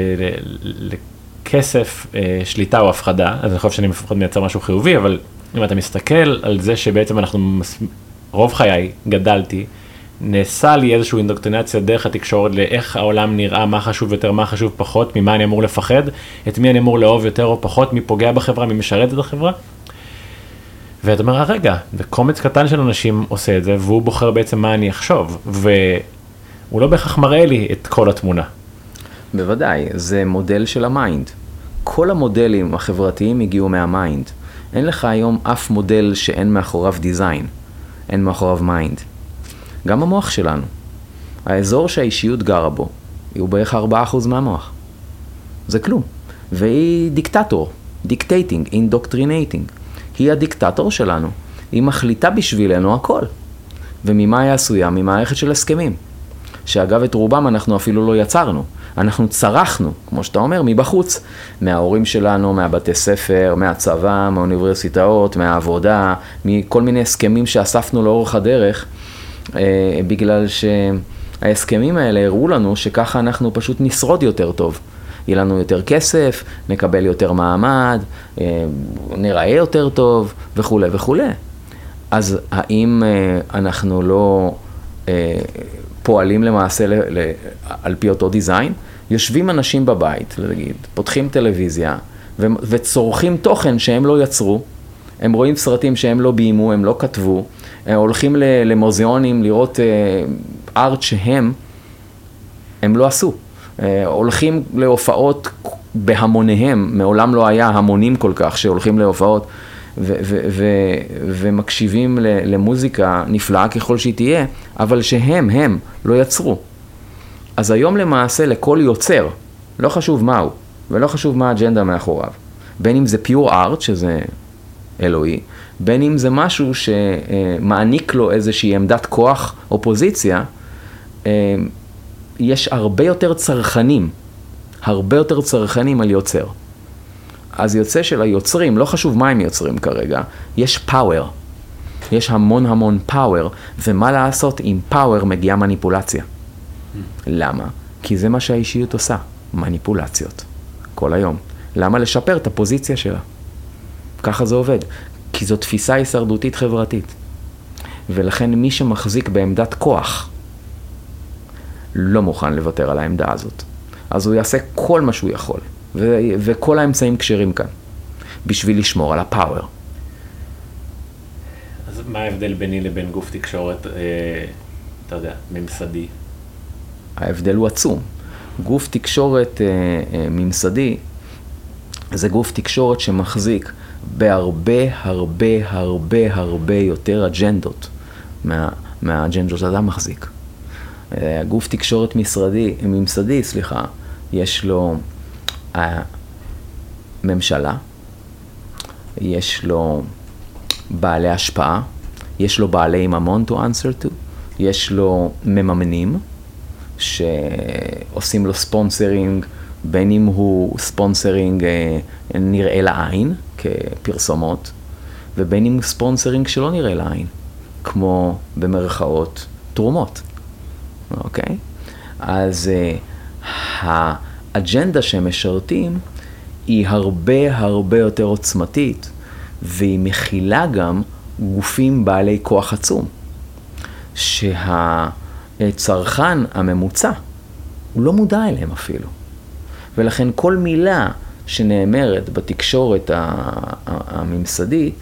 לכסף, שליטה או הפחדה, אז אני חושב שאני לפחות מייצר משהו חיובי, אבל אם אתה מסתכל על זה שבעצם רוב חיי גדלתי, נעשה לי איזושהי אינדוקטרינציה דרך התקשורת לאיך העולם נראה, מה חשוב יותר, מה חשוב פחות, ממה אני אמור לפחד, את מי אני אמור לאהוב יותר או פחות, מי פוגע בחברה, מי משרת את החברה. ואתה אומר, רגע, וקומץ קטן של אנשים עושה את זה, והוא בוחר בעצם מה אני אחשוב, והוא לא בהכרח מראה לי את כל התמונה. בוודאי, זה מודל של המיינד. כל המודלים החברתיים הגיעו מהמיינד. אין לך היום אף מודל שאין מאחוריו דיזיין, אין מאחוריו מיינד. גם המוח שלנו, האזור שהאישיות גרה בו, הוא בערך 4% מהמוח. זה כלום. והיא דיקטטור, דיקטייטינג, אינדוקטרינייטינג. היא הדיקטטור שלנו. היא מחליטה בשבילנו הכל. וממה היא עשויה? ממערכת של הסכמים. שאגב את רובם אנחנו אפילו לא יצרנו. אנחנו צרכנו, כמו שאתה אומר, מבחוץ. מההורים שלנו, מהבתי ספר, מהצבא, מהאוניברסיטאות, מהעבודה, מכל מיני הסכמים שאספנו לאורך הדרך, בגלל שההסכמים האלה הראו לנו שככה אנחנו פשוט נשרוד יותר טוב. יהיה לנו יותר כסף, נקבל יותר מעמד, נראה יותר טוב וכו' וכו'. אז האם אנחנו לא פועלים למעשה על פי אותו דיזיין? יושבים אנשים בבית, להגיד, פותחים טלוויזיה וצורכים תוכן שהם לא יצרו, הם רואים סרטים שהם לא ביימו, הם לא כתבו, הולכים למוזיאונים לראות ארט שהם לא עשו. הולכים להופעות בהמוניהם, מעולם לא היה המונים כל כך שהולכים להופעות ומקשיבים למוזיקה נפלאה ככל שהיא תהיה, אבל שהם לא יצרו. אז היום למעשה לכל יוצר, לא חשוב מהו, ולא חשוב מה האג'נדה מאחוריו. בין אם זה pure art, שזה אלוהי, בין אם זה משהו שמעניק לו איזושהי עמדת כוח או פוזיציה, יש הרבה יותר צרכנים על יוצר. אז יוצא של היוצרים, לא חשוב מה הם יוצרים כרגע, יש פאוור. יש המון פאוור, ומה לעשות? עם פאוור מגיעה מניפולציה. למה? כי זה מה שהאישיות עושה, מניפולציות. כל היום. למה? לשפר את הפוזיציה שלה. ככה זה עובד. כי זו תפיסה הישרדותית חברתית. ולכן מי שמחזיק בעמדת כוח, לא מוכן לוותר על העמדה הזאת. אז הוא יעשה כל מה שהוא יכול, וכל האמצעים קשרים כאן, בשביל לשמור על הפאוור. אז מה ההבדל ביני לבין גוף תקשורת, אתה יודע, ממסדי? ההבדל הוא עצום. גוף תקשורת ממסדי, זה גוף תקשורת שמחזיק בהרבה יותר אג'נדות מהאג'נדות שאתה מחזיק. גוף תקשורת ממסדי, יש לו ממשלה, יש לו בעלי השפעה, יש לו בעלי ממון to answer to, יש לו מממנים שעושים לו ספונסרינג, בין אם הוא ספונסרינג נראה לעין כפרסומות, ובין אם הוא ספונסרינג שלא נראה לעין, כמו במרכאות תרומות. אוקיי? אז האג'נדה שהם משרתים היא הרבה יותר עוצמתית, והיא מכילה גם גופים בעלי כוח עצום, שהצרכן הממוצע הוא לא מודע אליהם אפילו. ולכן כל מילה שנאמרת בתקשורת הממסדית,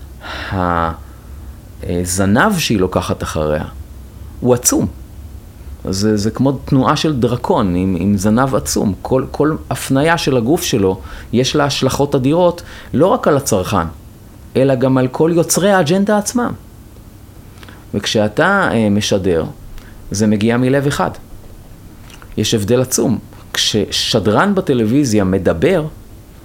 הזנב שהיא לוקחת אחריה הוא עצום. זה כמו תנועה של דרקון עם זנב עצום. כל הפניה של הגוף שלו יש לה השלכות אדירות לא רק על הצרכן, אלא גם על כל יוצרי האג'נדה עצמם. וכשאתה משדר, זה מגיע מלב אחד. יש הבדל עצום. כששדרן בטלוויזיה מדבר,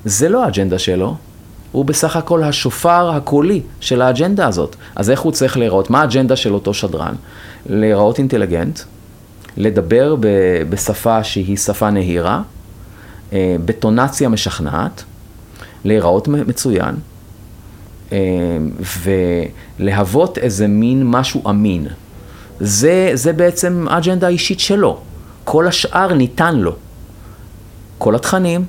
זה לא האג'נדה שלו, הוא בסך הכל השופר הקולי של האג'נדה הזאת. אז איך הוא צריך להיראות? מה האג'נדה של אותו שדרן? להיראות אינטליגנט, לדבר בשפה שהיא שפה נהירה, בטונציה משכנעת, להיראות מצוין, ולהוות איזה מין משהו אמין. זה בעצם האג'נדה האישית שלו. כל השאר ניתן לו. כל התכנים,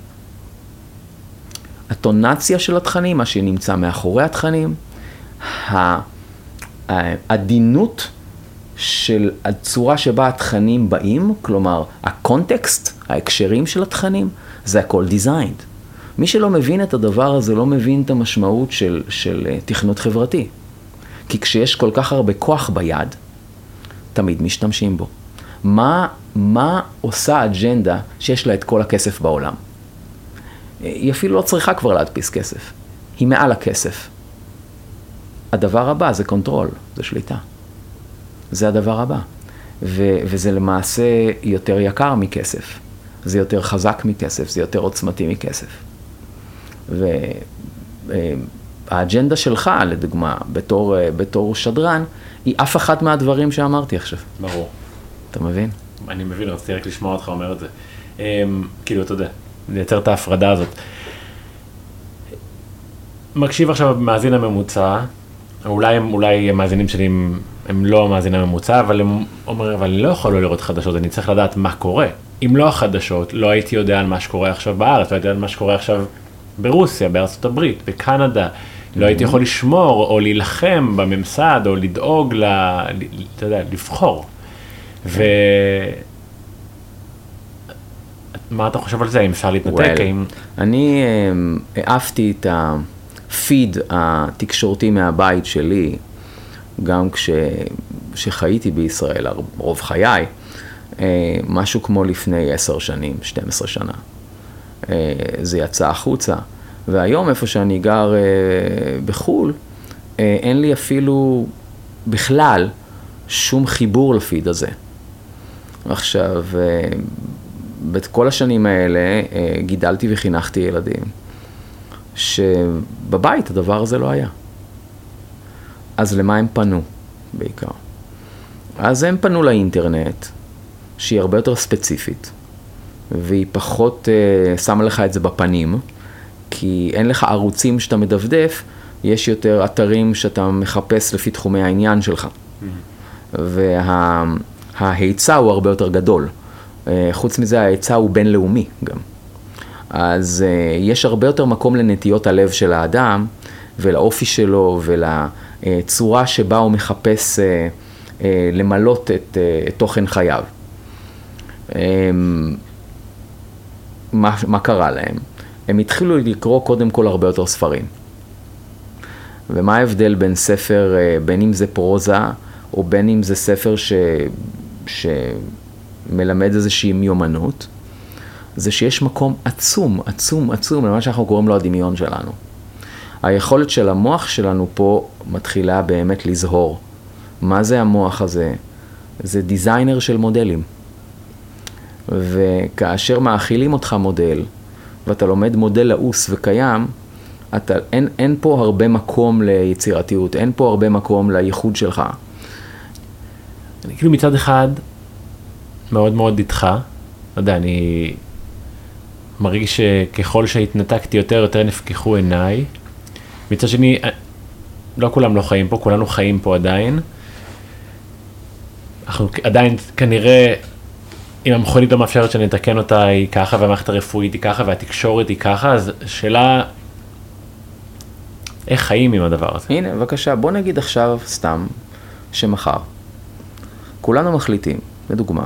הטונציה של התכנים, מה שנמצא מאחורי התכנים, העדינות של הצורה שבה התכנים באים, כלומר, הקונטקסט, ההקשרים של התכנים, זה הכל דיזיינד. מי שלא מבין את הדבר הזה, לא מבין את המשמעות של תכנות חברתי. כי כשיש כל כך הרבה כוח ביד, תמיד משתמשים בו. מה עושה אג'נדה שיש לה את כל הכסף בעולם? היא אפילו לא צריכה כבר להדפיס כסף. היא מעל הכסף. הדבר הבא זה קונטרול, זה שליטה. זה הדבר הבא. וזה למעשה יותר יקר מכסף. זה יותר חזק מכסף, זה יותר עוצמתי מכסף. והאג'נדה שלך, לדוגמה, בתור שדרן, היא אף אחד מהדברים שאמרתי עכשיו. ברור. אתה מבין? אני מבין, רציתי רק לשמוע אותך אומר את זה. כאילו, אתה יודע, לייצר את ההפרדה הזאת. מקשיב עכשיו מאזין הממוצע, אולי המאזינים שלי הם לא המאזין הממוצע, אבל הם אומרים, אבל אני לא יכול לא לראות חדשות, אני צריך לדעת מה קורה. אם לא החדשות, לא הייתי יודע על מה שקורה עכשיו בארץ, לא הייתי יודע על מה שקורה עכשיו ברוסיה, בארצות הברית, בקנדה. לא הייתי יכול לשמור או להילחם בממסד, או לדאוג, אתה יודע, לבחור. מה אתה חושב על זה? אם אפשר להתנתק? אני העפתי את הפיד התקשורתי מהבית שלי, גם כשחייתי בישראל, רוב חיי, משהו כמו לפני 10 שנים, 12 שנה. זה יצא החוצה. והיום, איפה שאני גר בחול, אין לי אפילו בכלל שום חיבור לפיד הזה. עכשיו, בכל השנים האלה גידלתי וחינכתי ילדים, שבבית הדבר הזה לא היה. אז למה הם פנו בעיקר? אז הם פנו לאינטרנט, שהיא הרבה יותר ספציפית, והיא פחות שמה לך את זה בפנים, כי אין לך ערוצים שאתה מדפדף, יש יותר אתרים שאתה מחפש לפי תחומי העניין שלך. וההיצע הוא הרבה יותר גדול. חוץ מזה, ההיצע הוא בינלאומי גם. אז יש הרבה יותר מקום לנטיות הלב של האדם, ולאופי שלו, ולצורה שבה הוא מחפש למלות את תוכן חייו. מה קרה להם? הם התחילו לקרוא קודם כל הרבה יותר ספרים. ומה ההבדל בין ספר, בין אם זה פרוזה, או בין אם זה ספר שמלמד איזושהי מיומנות, זה שיש מקום עצום, עצום, עצום, למה שאנחנו קוראים לו הדמיון שלנו. היכולת של המוח שלנו פה מתחילה באמת לזהור. מה זה המוח הזה? זה דיזיינר של מודלים. וכאשר מאכילים אותך מודל, ואתה לומד מודל לעוס וקיים, אין פה הרבה מקום ליצירתיות, אין פה הרבה מקום לייחוד שלך. אני כאילו מצד אחד מאוד מאוד איתך, לא יודע, אני מרגיש שככל שהתנתקתי יותר נפקחו עיניי. מצד שני, לא כולם לא חיים פה, כולנו חיים פה עדיין. אנחנו עדיין כנראה, אם המכונית לא מאפשרת שאני אתקן אותה היא ככה, והמערכת הרפואית היא ככה, והתקשורת היא ככה, אז שאלה, איך חיים עם הדבר הזה? הנה, בבקשה, בוא נגיד עכשיו סתם, שמחר. כולנו מחליטים, לדוגמה,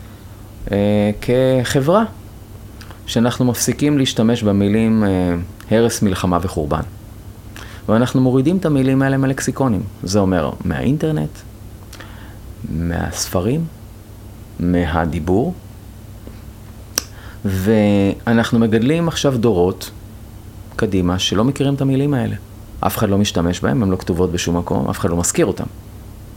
כחברה, שאנחנו מפסיקים להשתמש במילים הרס, מלחמה וחורבן. ואנחנו מורידים את המילים האלה מהלקסיקונים. זה אומר, מהאינטרנט, מהספרים, מהדיבור, ואנחנו מגדלים עכשיו דורות קדימה שלא מכירים את המילים האלה. אף אחד לא משתמש בהם, הן לא כתובות בשום מקום, אף אחד לא מזכיר אותם.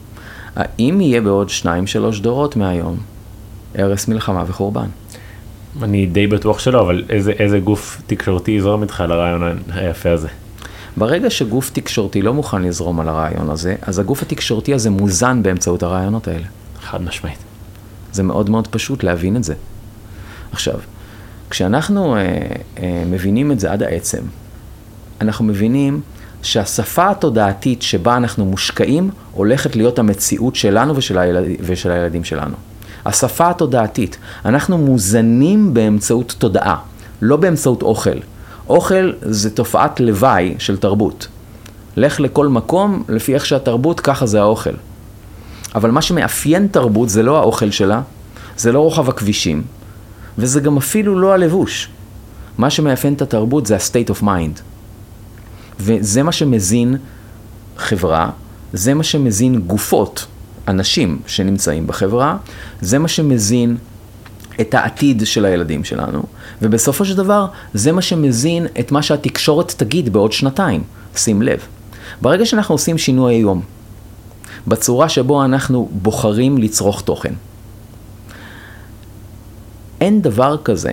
האם יהיה בעוד 2-3 דורות מהיום, הרס, מלחמה וחורבן? אני די בטוח שלא, אבל איזה גוף תקשורתי יזרום איתך על הרעיון היפה הזה? ברגע שגוף תקשורתי לא מוכן לזרום על הרעיון הזה, אז הגוף התקשורתי הזה מוזן באמצעות הרעיונות האלה. חד משמעית. זה מאוד מאוד פשוט להבין את זה. עכשיו, כשאנחנו מבינים את זה עד העצם, אנחנו מבינים שהשפה התודעתית שבה אנחנו מושקעים, הולכת להיות המציאות שלנו ושל הילדים שלנו. השפה התודעתית, אנחנו מוזנים באמצעות תודעה, לא באמצעות אוכל. אוכל זה תופעת לוואי של תרבות. לך לכל מקום, לפי איך שהתרבות, ככה זה האוכל. אבל מה שמאפיין תרבות זה לא האוכל שלה, זה לא רוחב הכבישים, וזה גם אפילו לא הלבוש. מה שמאפיין את התרבות זה ה-state of mind. וזה מה שמזין חברה, זה מה שמזין גופות, אנשים שנמצאים בחברה, זה מה שמזין את העתיד של הילדים שלנו, ובסופו של דבר זה מה שמזין את מה שהתקשורת תגיד בעוד שנתיים. שים לב, ברגע שאנחנו עושים שינוי היום, בצורה שבו אנחנו בוחרים לצרוך תוכן, אין דבר כזה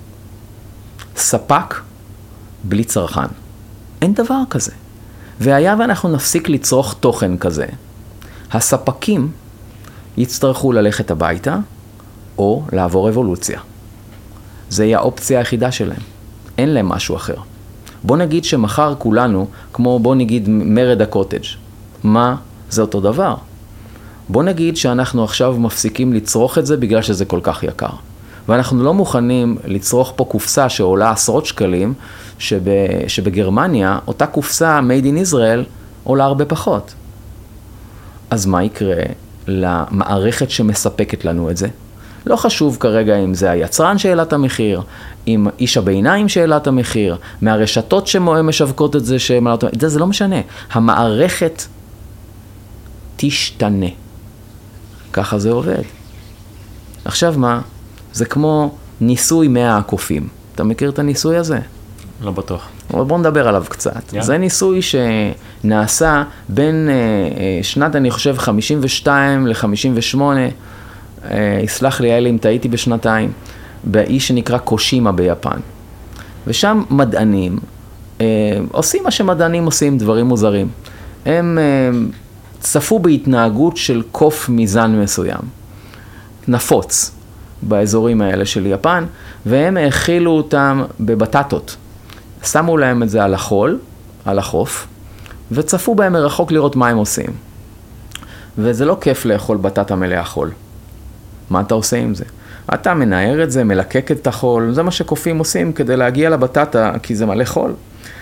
ספק בלי צרכן. אין דבר כזה. והיה ואנחנו נפסיק לצרוך תוכן כזה, הספקים יצטרכו ללכת הביתה או לעבור אבולוציה. זה יהיה האופציה היחידה שלהם. אין להם משהו אחר. בוא נגיד שמחר כולנו, כמו בוא נגיד מרד הקוטג'. מה? זה אותו דבר. בוא נגיד שאנחנו עכשיו מפסיקים לצרוך את זה בגלל שזה כל כך יקר. ואנחנו לא מוכנים לצרוך פה קופסה שעולה עשרות שקלים, שבגרמניה אותה קופסה made in Israel עולה הרבה פחות. אז מה יקרה למערכת שמספקת לנו את זה? לא חשוב כרגע אם זה היצרן שהעלה את המחיר, אם איש הביניים שהעלה את המחיר, מהרשתות שמשווקות את זה שהעלה את המחיר, זה לא משנה. המערכת תשתנה. ככה זה עובד. עכשיו מה? זה כמו ניסוי 100 הקופים. אתה מכיר את הניסוי הזה? לא בטוח. אבל בוא נדבר עליו קצת. זה ניסוי שנעשה בין שנת, אני חושב, 52 ל-58, יסלח לי אלה אם טעיתי בשנתיים, באיש שנקרא קושימה ביפן. ושם מדענים עושים מה שמדענים עושים, דברים מוזרים. הם צפו בהתנהגות של קוף מזן מסוים, נפוץ באזורים האלה של יפן, והם האכילו אותם בבטטות. שמו להם את זה על החול, על החוף, וצפו בהם מרחוק לראות מה הם עושים. וזה לא כיף לאכול בטטה מלאה חול. מה אתה עושה עם זה? אתה מנער את זה, מלקק את החול, זה מה שקופים עושים כדי להגיע לבטטה, כי זה מלא חול.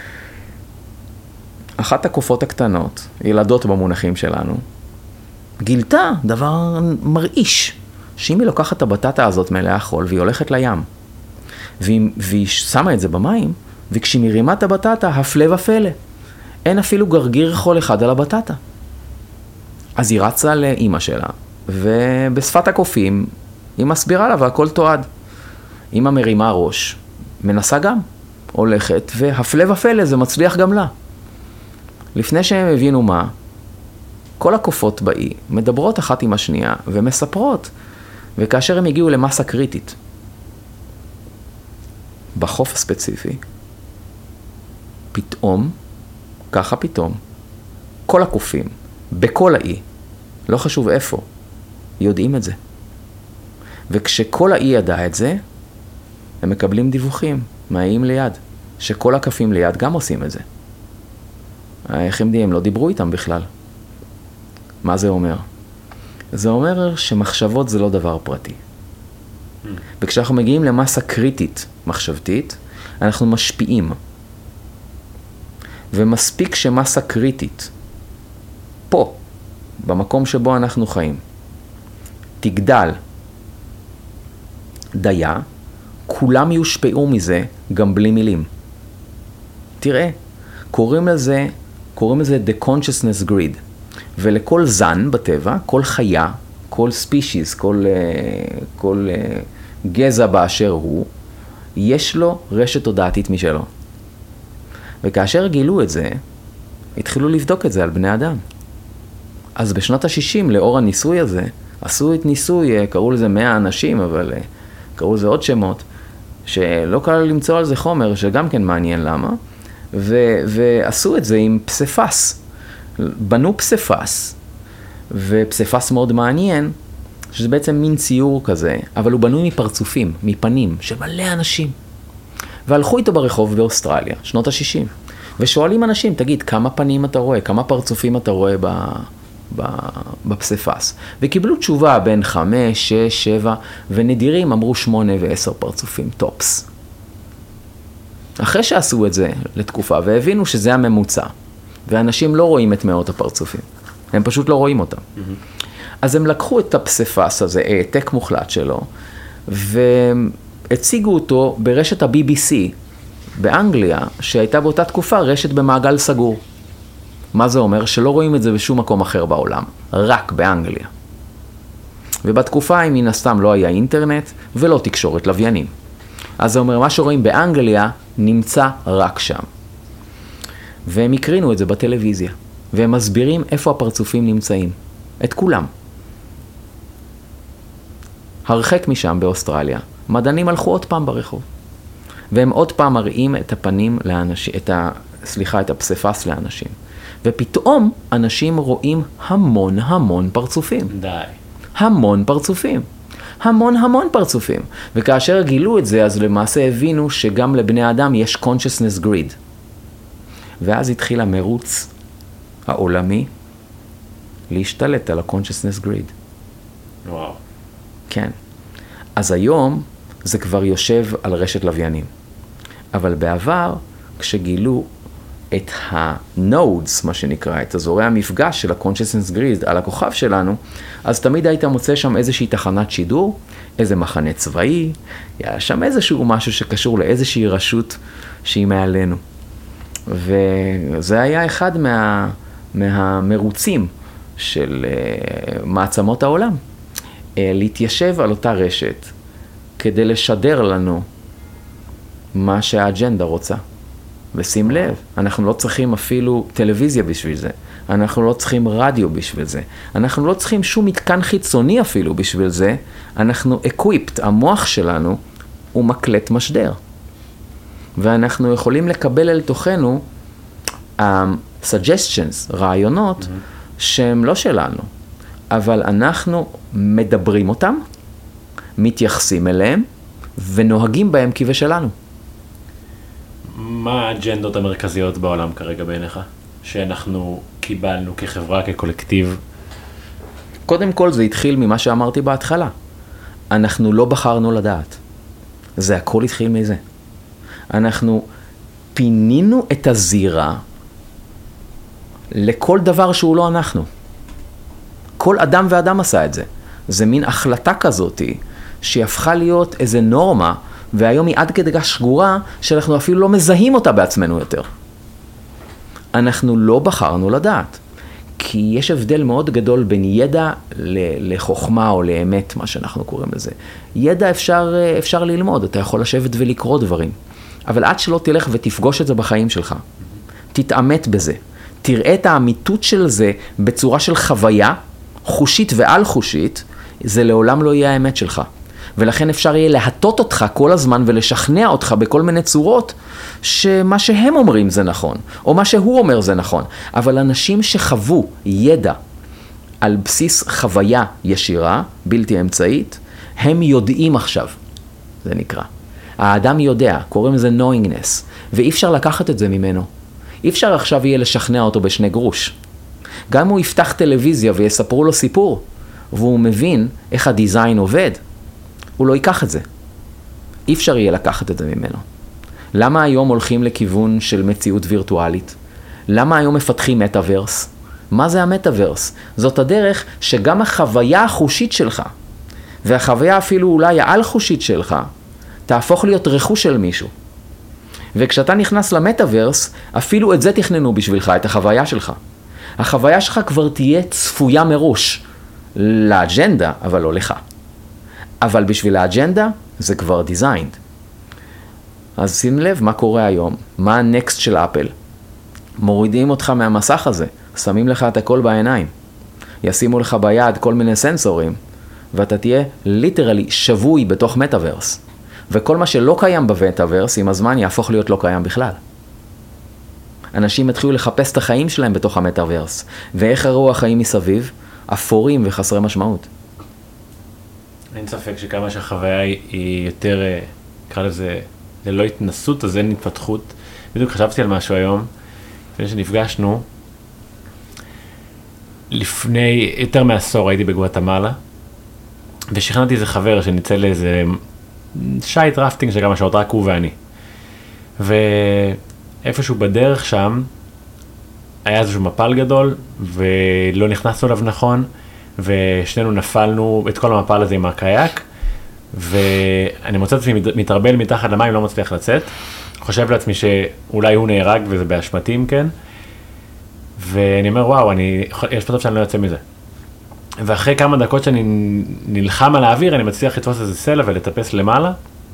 אחת הקופות הקטנות, ילדות במונחים שלנו, גילתה דבר מרעיש, שאם היא לוקחת את הבטטה הזאת מלאה חול, והיא הולכת לים, והיא שמה את זה במים, וכשהיא מרימה את הבטטה, הפלא ופלא. אין אפילו גרגיר חול אחד על הבטטה. אז היא רצה לאמא שלה, ובשפת הקופים היא מסבירה לה והכל תועד. אמא מרימה ראש, מנסה גם, הולכת, והפלא ופלא זה מצליח גם לה. לפני שהם הבינו מה, כל הקופות באי מדברות אחת עם השנייה ומספרות, וכאשר הם הגיעו למסה קריטית, בחוף הספציפי, פתאום, ככה פתאום, כל הקופים, בכל האי, לא חשוב איפה, יודעים את זה. וכשכל האי ידע את זה, הם מקבלים דיווחים מהאיים ליד, שכל הקפים ליד גם עושים את זה. הם לא דיברו איתם בכלל. מה זה אומר? זה אומר שמחשבות זה לא דבר פרטי. וכשאנחנו מגיעים למסה קריטית מחשבתית, אנחנו משפיעים. ומספיק שמסה קריטית, פה, במקום שבו אנחנו חיים, תגדל דיה, כולם יושפעו מזה גם בלי מילים. תראה, קוראים לזה The Consciousness Grid. ולכל זן בטבע, כל חיה, כל ספישיס, כל גזע באשר הוא, יש לו רשת תודעתית משלו. וכאשר גילו את זה, התחילו לבדוק את זה על בני אדם. אז בשנות ה-60, לאור הניסוי הזה, עשו את ניסוי, קראו לזה 100 אנשים, אבל קראו לזה עוד שמות, שלא קל למצוא על זה חומר, שגם כן מעניין למה, ועשו את זה עם פספס. בנו פספס, ופספס מאוד מעניין, שזה בעצם מין ציור כזה, אבל הוא בנוי מפרצופים, מפנים, של מלא אנשים. והלכו איתו ברחוב באוסטרליה, שנות ה-60. ושואלים אנשים, תגיד, כמה פנים אתה רואה? כמה פרצופים אתה רואה בפספס? וקיבלו תשובה בין 5, 6, 7, ונדירים אמרו 8 ו10 פרצופים, טופס. אחרי שעשו את זה לתקופה, והבינו שזה הממוצע, ואנשים לא רואים את מאות הפרצופים. הם פשוט לא רואים אותם. אז הם לקחו את הפספס הזה, העתק מוחלט שלו, והציגו אותו ברשת ה-BBC באנגליה, שהייתה באותה תקופה רשת במעגל סגור. מה זה אומר? שלא רואים את זה בשום מקום אחר בעולם, רק באנגליה. ובתקופה היא מן הסתם לא היה אינטרנט ולא תקשורת לוויינים. אז זה אומר, מה שרואים באנגליה נמצא רק שם. והם הקרינו את זה בטלוויזיה, והם מסבירים איפה הפרצופים נמצאים. את כולם. הרחק משם באוסטרליה, מדענים הלכו עוד פעם ברחוב. והם עוד פעם מראים את הפנים לאנשים, את הפספס לאנשים. ופתאום אנשים רואים המון פרצופים. די. המון פרצופים. המון פרצופים. וכאשר גילו את זה, אז למעשה הבינו שגם לבני אדם יש consciousness grid. ואז התחיל המרוץ העולמי להשתלט על ה-consciousness grid. וואו. כן. אז היום זה כבר יושב על רשת לוויינים. אבל בעבר, כשגילו את ה-nodes, מה שנקרא, את אזורי המפגש של ה-consciousness grid על הכוכב שלנו, אז תמיד היית מוצא שם איזושהי תחנת שידור, איזה מחנה צבאי, היה שם איזשהו משהו שקשור לאיזושהי רשות שהיא מעלינו. וזה היה אחד מהמרוצים של מעצמות העולם. להתיישב על אותה רשת כדי לשדר לנו מה שהאג'נדה רוצה. ושים לב, אנחנו לא צריכים אפילו טלוויזיה בשביל זה. אנחנו לא צריכים רדיו בשביל זה. אנחנו לא צריכים שום מתקן חיצוני אפילו בשביל זה. אנחנו equipped, המוח שלנו הוא מקלט משדר. ואנחנו יכולים לקבל אל תוכנו suggestions, רעיונות, שהם לא שלנו. אבל אנחנו מדברים אותם, מתייחסים אליהם, ונוהגים בהם כבשלנו. מה האג'נדות המרכזיות בעולם כרגע בעיניך? שאנחנו קיבלנו כחברה, כקולקטיב? קודם כל זה התחיל ממה שאמרתי בהתחלה. אנחנו לא בחרנו לדעת. זה הכל התחיל מזה. אנחנו פינינו את הזירה לכל דבר שהוא לא אנחנו. כל אדם ואדם עשה את זה. זה מין החלטה כזאת שהיא הפכה להיות איזה נורמה, והיום היא עד כדי כך שגורה שאנחנו אפילו לא מזהים אותה בעצמנו יותר. אנחנו לא בחרנו לדעת. כי יש הבדל מאוד גדול בין ידע לחוכמה או לאמת, מה שאנחנו קוראים לזה. ידע אפשר ללמוד, אתה יכול לשבת ולקרוא דברים. אבל עד שלא תלך ותפגוש את זה בחיים שלך, תתאמת בזה. תראה את האמיתות של זה בצורה של חוויה, חושית ועל חושית, זה לעולם לא יהיה האמת שלך. ולכן אפשר יהיה להטות אותך כל הזמן ולשכנע אותך בכל מיני צורות שמה שהם אומרים זה נכון, או מה שהוא אומר זה נכון. אבל אנשים שחוו ידע על בסיס חוויה ישירה, בלתי אמצעית, הם יודעים עכשיו, זה נקרא. האדם יודע, קוראים לזה knowingness, ואי אפשר לקחת את זה ממנו. אי אפשר עכשיו יהיה לשכנע אותו בשני גרוש. גם אם הוא יפתח טלוויזיה ויספרו לו סיפור, והוא מבין איך הדיזיין עובד, הוא לא ייקח את זה. אי אפשר יהיה לקחת את זה ממנו. למה היום הולכים לכיוון של מציאות וירטואלית? למה היום מפתחים מטאברס? מה זה המטאברס? זאת הדרך שגם החוויה החושית שלך, והחוויה אפילו אולי העל חושית שלך, תהפוך להיות רכוש של מישהו. וכשאתה נכנס למטאברס, אפילו את זה תכננו בשבילך, את החוויה שלך. החוויה שלך כבר תהיה צפויה מראש לאג'נדה, אבל לא לך. אבל בשביל האג'נדה זה כבר דיזיינד. אז שים לב מה קורה היום, מה הנקסט של אפל. מורידים אותך מהמסך הזה, שמים לך את הכל בעיניים. ישימו לך ביד כל מיני סנסורים, ואתה תהיה ליטרלי שבוי בתוך מטאברס. וכל מה שלא קיים במטאברס, עם הזמן יהפוך להיות לא קיים בכלל. אנשים התחילו לחפש את החיים שלהם בתוך המטאברס, ואיך הראו החיים מסביב? אפורים וחסרי משמעות. אין ספק שכמה שהחוויה היא יותר, נקרא לזה, זה לא התנסות, אז אין התפתחות. בדיוק חשבתי על משהו היום, לפני שנפגשנו, לפני יותר מעשור הייתי בגואטמלה, ושכנעתי איזה חבר שניצא לאיזה שייט רפטינג של כמה שעות, רק הוא ואני. ואיפשהו בדרך שם, היה איזשהו מפל גדול, ולא נכנסנו אליו נכון, ושנינו נפלנו את כל המפל הזה עם הקייק, ואני מוצא את עצמי מתרבל מתחת למים, לא מצליח לצאת. חושב לעצמי שאולי הוא נהרג וזה באשמתים, כן? ואני אומר, וואו, יש פתאום שאני לא יוצא מזה. ואחרי כמה דקות שאני נלחם על האוויר, אני מצליח לתפוס איזה סלע ולטפס למעלה.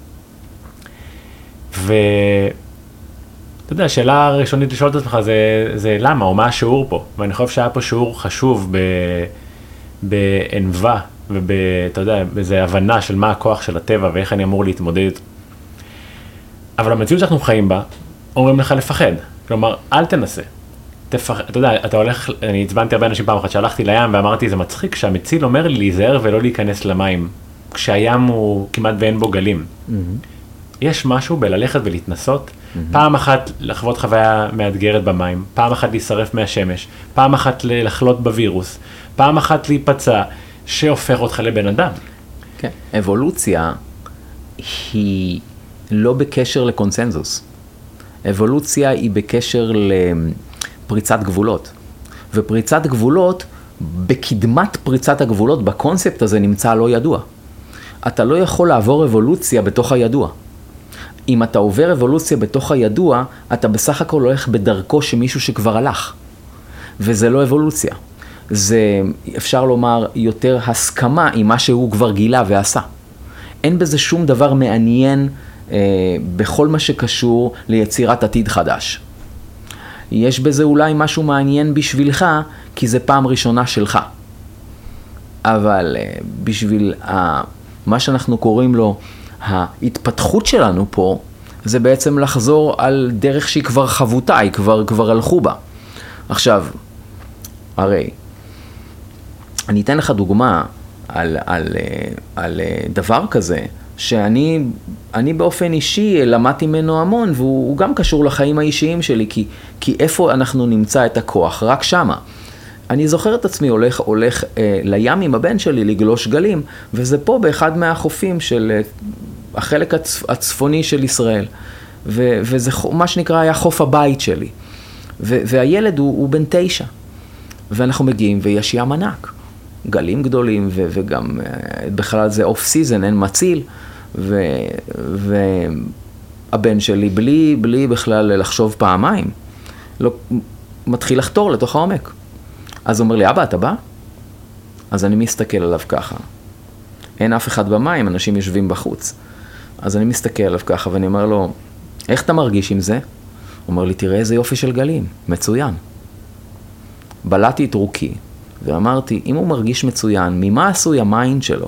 ואתה יודע, השאלה הראשונית לשאול את עצמך זה למה, או מה השיעור פה? ואני חושב שהיה פה שיעור חשוב בענווה, ואתה יודע, באיזו הבנה של מה הכוח של הטבע ואיך אני אמור להתמודד. אבל המציאות שאנחנו חיים בה, אומרים לך לפחד. כלומר, אל תנסה. אתה יודע, אתה הולך, אני הצבנתי הרבה אנשים פעם אחת, שהלכתי לים ואמרתי, זה מצחיק שהמציל אומר לי להיזהר ולא להיכנס למים, כשהים הוא כמעט ואין בו גלים. יש משהו בללכת ולהתנסות, פעם אחת לחוות חוויה מאתגרת במים, פעם אחת להישרף מהשמש, פעם אחת לחלות בווירוס, פעם אחת להיפצע, שהופך אותך לבן אדם. כן, אבולוציה היא לא בקשר לקונסנזוס. אבולוציה היא בקשר לפריצת גבולות. ופריצת גבולות, בקדמת פריצת הגבולות, בקונספט הזה נמצא לא ידוע. אתה לא יכול לעבור אבולוציה בתוך הידוע. אם אתה עובר אבולוציה בתוך הידוע, אתה בסך הכל הולך בדרכו שמישהו שכבר הלך. וזה לא אבולוציה. זה, אפשר לומר, יותר הסכמה עם מה שהוא כבר גילה ועשה. אין בזה שום דבר מעניין בכל מה שקשור ליצירת עתיד חדש. יש בזה אולי משהו מעניין בשבילך, כי זה פעם ראשונה שלך. אבל בשביל מה שאנחנו קוראים לו ההתפתחות שלנו פה, זה בעצם לחזור על דרך שהיא כבר חבותה, היא כבר הלכו בה. עכשיו, הרי, אני אתן לך דוגמה על דבר כזה, שאני באופן אישי למדתי ממנו המון, והוא גם קשור לחיים האישיים שלי, כי איפה אנחנו נמצא את הכוח? רק שמה. אני זוכר את עצמי הולך לים עם הבן שלי לגלוש גלים, וזה פה באחד מהחופים של החלק הצפוני של ישראל. וזה מה שנקרא היה חוף הבית שלי. והילד הוא בן 9. ואנחנו מגיעים ויש ים ענק. גלים גדולים וגם בכלל זה אוף סיזן, אין מציל. והבן שלי בלי בכלל לחשוב פעמיים, לא, מתחיל לחתור לתוך העומק. אז הוא אומר לי, אבא, אתה בא? אז אני מסתכל עליו ככה. אין אף אחד במים, אנשים יושבים בחוץ. אז אני מסתכל עליו ככה ואני אומר לו, איך אתה מרגיש עם זה? הוא אומר לי, תראה איזה יופי של גלים, מצוין. בלעתי את רוקי ואמרתי, אם הוא מרגיש מצוין, ממה עשוי המיינד שלו?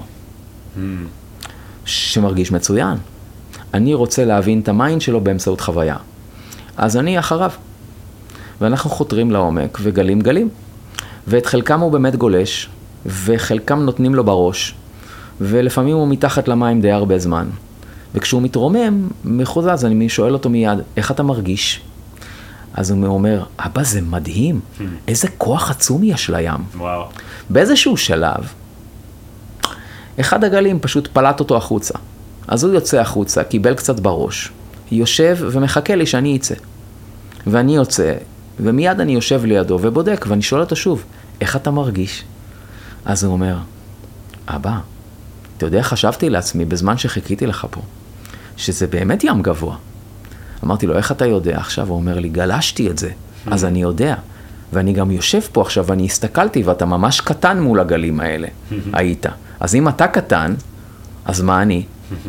שמרגיש מצוין. אני רוצה להבין את המיינד שלו באמצעות חוויה. אז אני אחריו. ואנחנו חותרים לעומק וגלים גלים. ואת חלקם הוא באמת גולש, וחלקם נותנים לו בראש, ולפעמים הוא מתחת למים די הרבה זמן. וכשהוא מתרומם, מחוזה, אז אני שואל אותו מיד, איך אתה מרגיש? אז הוא אומר, אבא, זה מדהים, איזה כוח עצום יש לים. וואו. באיזשהו שלב, אחד הגלים פשוט פלט אותו החוצה. אז הוא יוצא החוצה, קיבל קצת בראש, יושב ומחכה לי שאני יצא. ואני יוצא, ומיד אני יושב לידו ובודק, ואני שואל אותו שוב, איך אתה מרגיש? אז הוא אומר, אבא, אתה יודע, חשבתי לעצמי בזמן שחיכיתי לך פה, שזה באמת ים גבוה. אמרתי לו, איך אתה יודע עכשיו? הוא אומר לי, גלשתי את זה, אז אני יודע. ואני גם יושב פה עכשיו, ואני הסתכלתי, ואתה ממש קטן מול הגלים האלה, היית. אז אם אתה קטן, אז מה אני?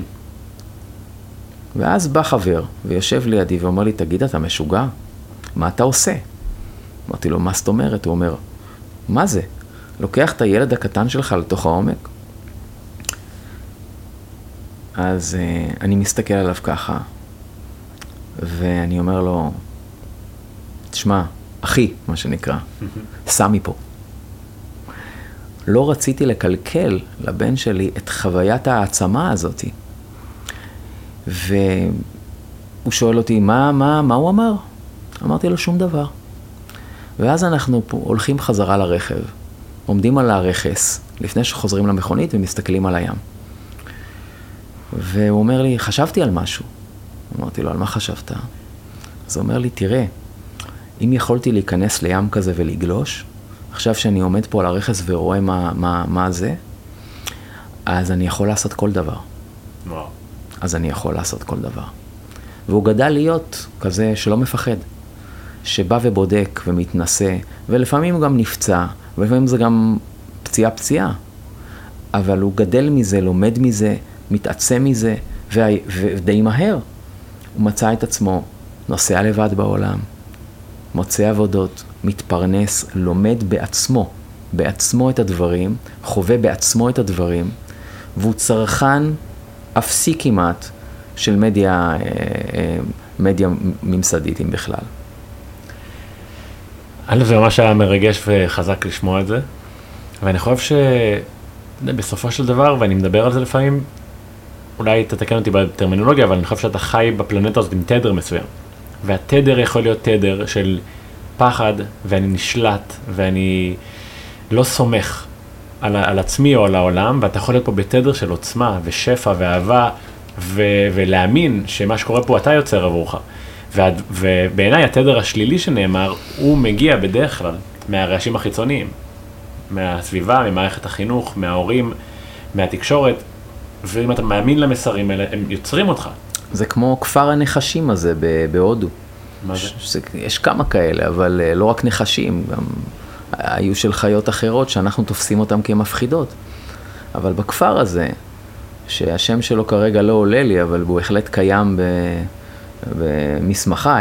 ואז בא חבר, ויושב לידי, ואומר לי, תגיד, אתה משוגע? מה אתה עושה? אמרתי לו, מה זאת אומרת? הוא אומר, מה זה? לוקח את הילד הקטן שלך לתוך העומק? אז אני מסתכל עליו ככה, ואני אומר לו, תשמע, אחי, מה שנקרא, סע מפה. לא רציתי לקלקל לבן שלי את חוויית העצמה הזאת. והוא שואל אותי, מה הוא אמר? אמרתי לו, שום דבר. ואז אנחנו פה הולכים חזרה לרכב, עומדים על הרכס, לפני שחוזרים למכונית ומסתכלים על הים. והוא אומר לי, חשבתי על משהו. אמרתי לו, על מה חשבת? אז הוא אומר לי, תראה, אם יכולתי להיכנס לים כזה ולגלוש, עכשיו שאני עומד פה על הרכס ורואה מה זה, אז אני יכול לעשות כל דבר. וואו. אז אני יכול לעשות כל דבר. והוא גדל להיות כזה שלא מפחד, שבא ובודק ומתנסה, ולפעמים הוא גם נפצע, ולפעמים זה גם פציעה, אבל הוא גדל מזה, לומד מזה, מתעצם מזה, ודי מהר. הוא מצא את עצמו, נוסע לבד בעולם, מוצא עבודות, מתפרנס, לומד בעצמו את הדברים, חווה בעצמו את הדברים, והוא צרכן אפסי כמעט של מדיה ממסדית, אם בכלל. זה ממש היה מרגש וחזק לשמוע את זה, ואני חושב שבסופו של דבר, ואני מדבר על זה לפעמים, אולי תתקן אותי בטרמינולוגיה, אבל אני חושב שאתה חי בפלנטה הזאת עם תדר מסוים, והתדר יכול להיות תדר של פחד, ואני נשלט, ואני לא סומך על עצמי או על העולם, ואתה יכול להיות פה בתדר של עוצמה ושפע ואהבה, ולהאמין שמה שקורה פה אתה יוצר עבורך. ובעיניי התדר השלילי שנאמר, הוא מגיע בדרך כלל מהרעשים החיצוניים, מהסביבה, ממערכת החינוך, מההורים, מהתקשורת, ואם אתה מאמין למסרים האלה, הם יוצרים אותך. זה כמו כפר הנחשים הזה בהודו. מה זה? יש כמה כאלה, אבל לא רק נחשים, גם היו של חיות אחרות שאנחנו תופסים אותם כמפחידות. אבל בכפר הזה, שהשם שלו כרגע לא עולה לי, אבל הוא בהחלט קיים במסמכי,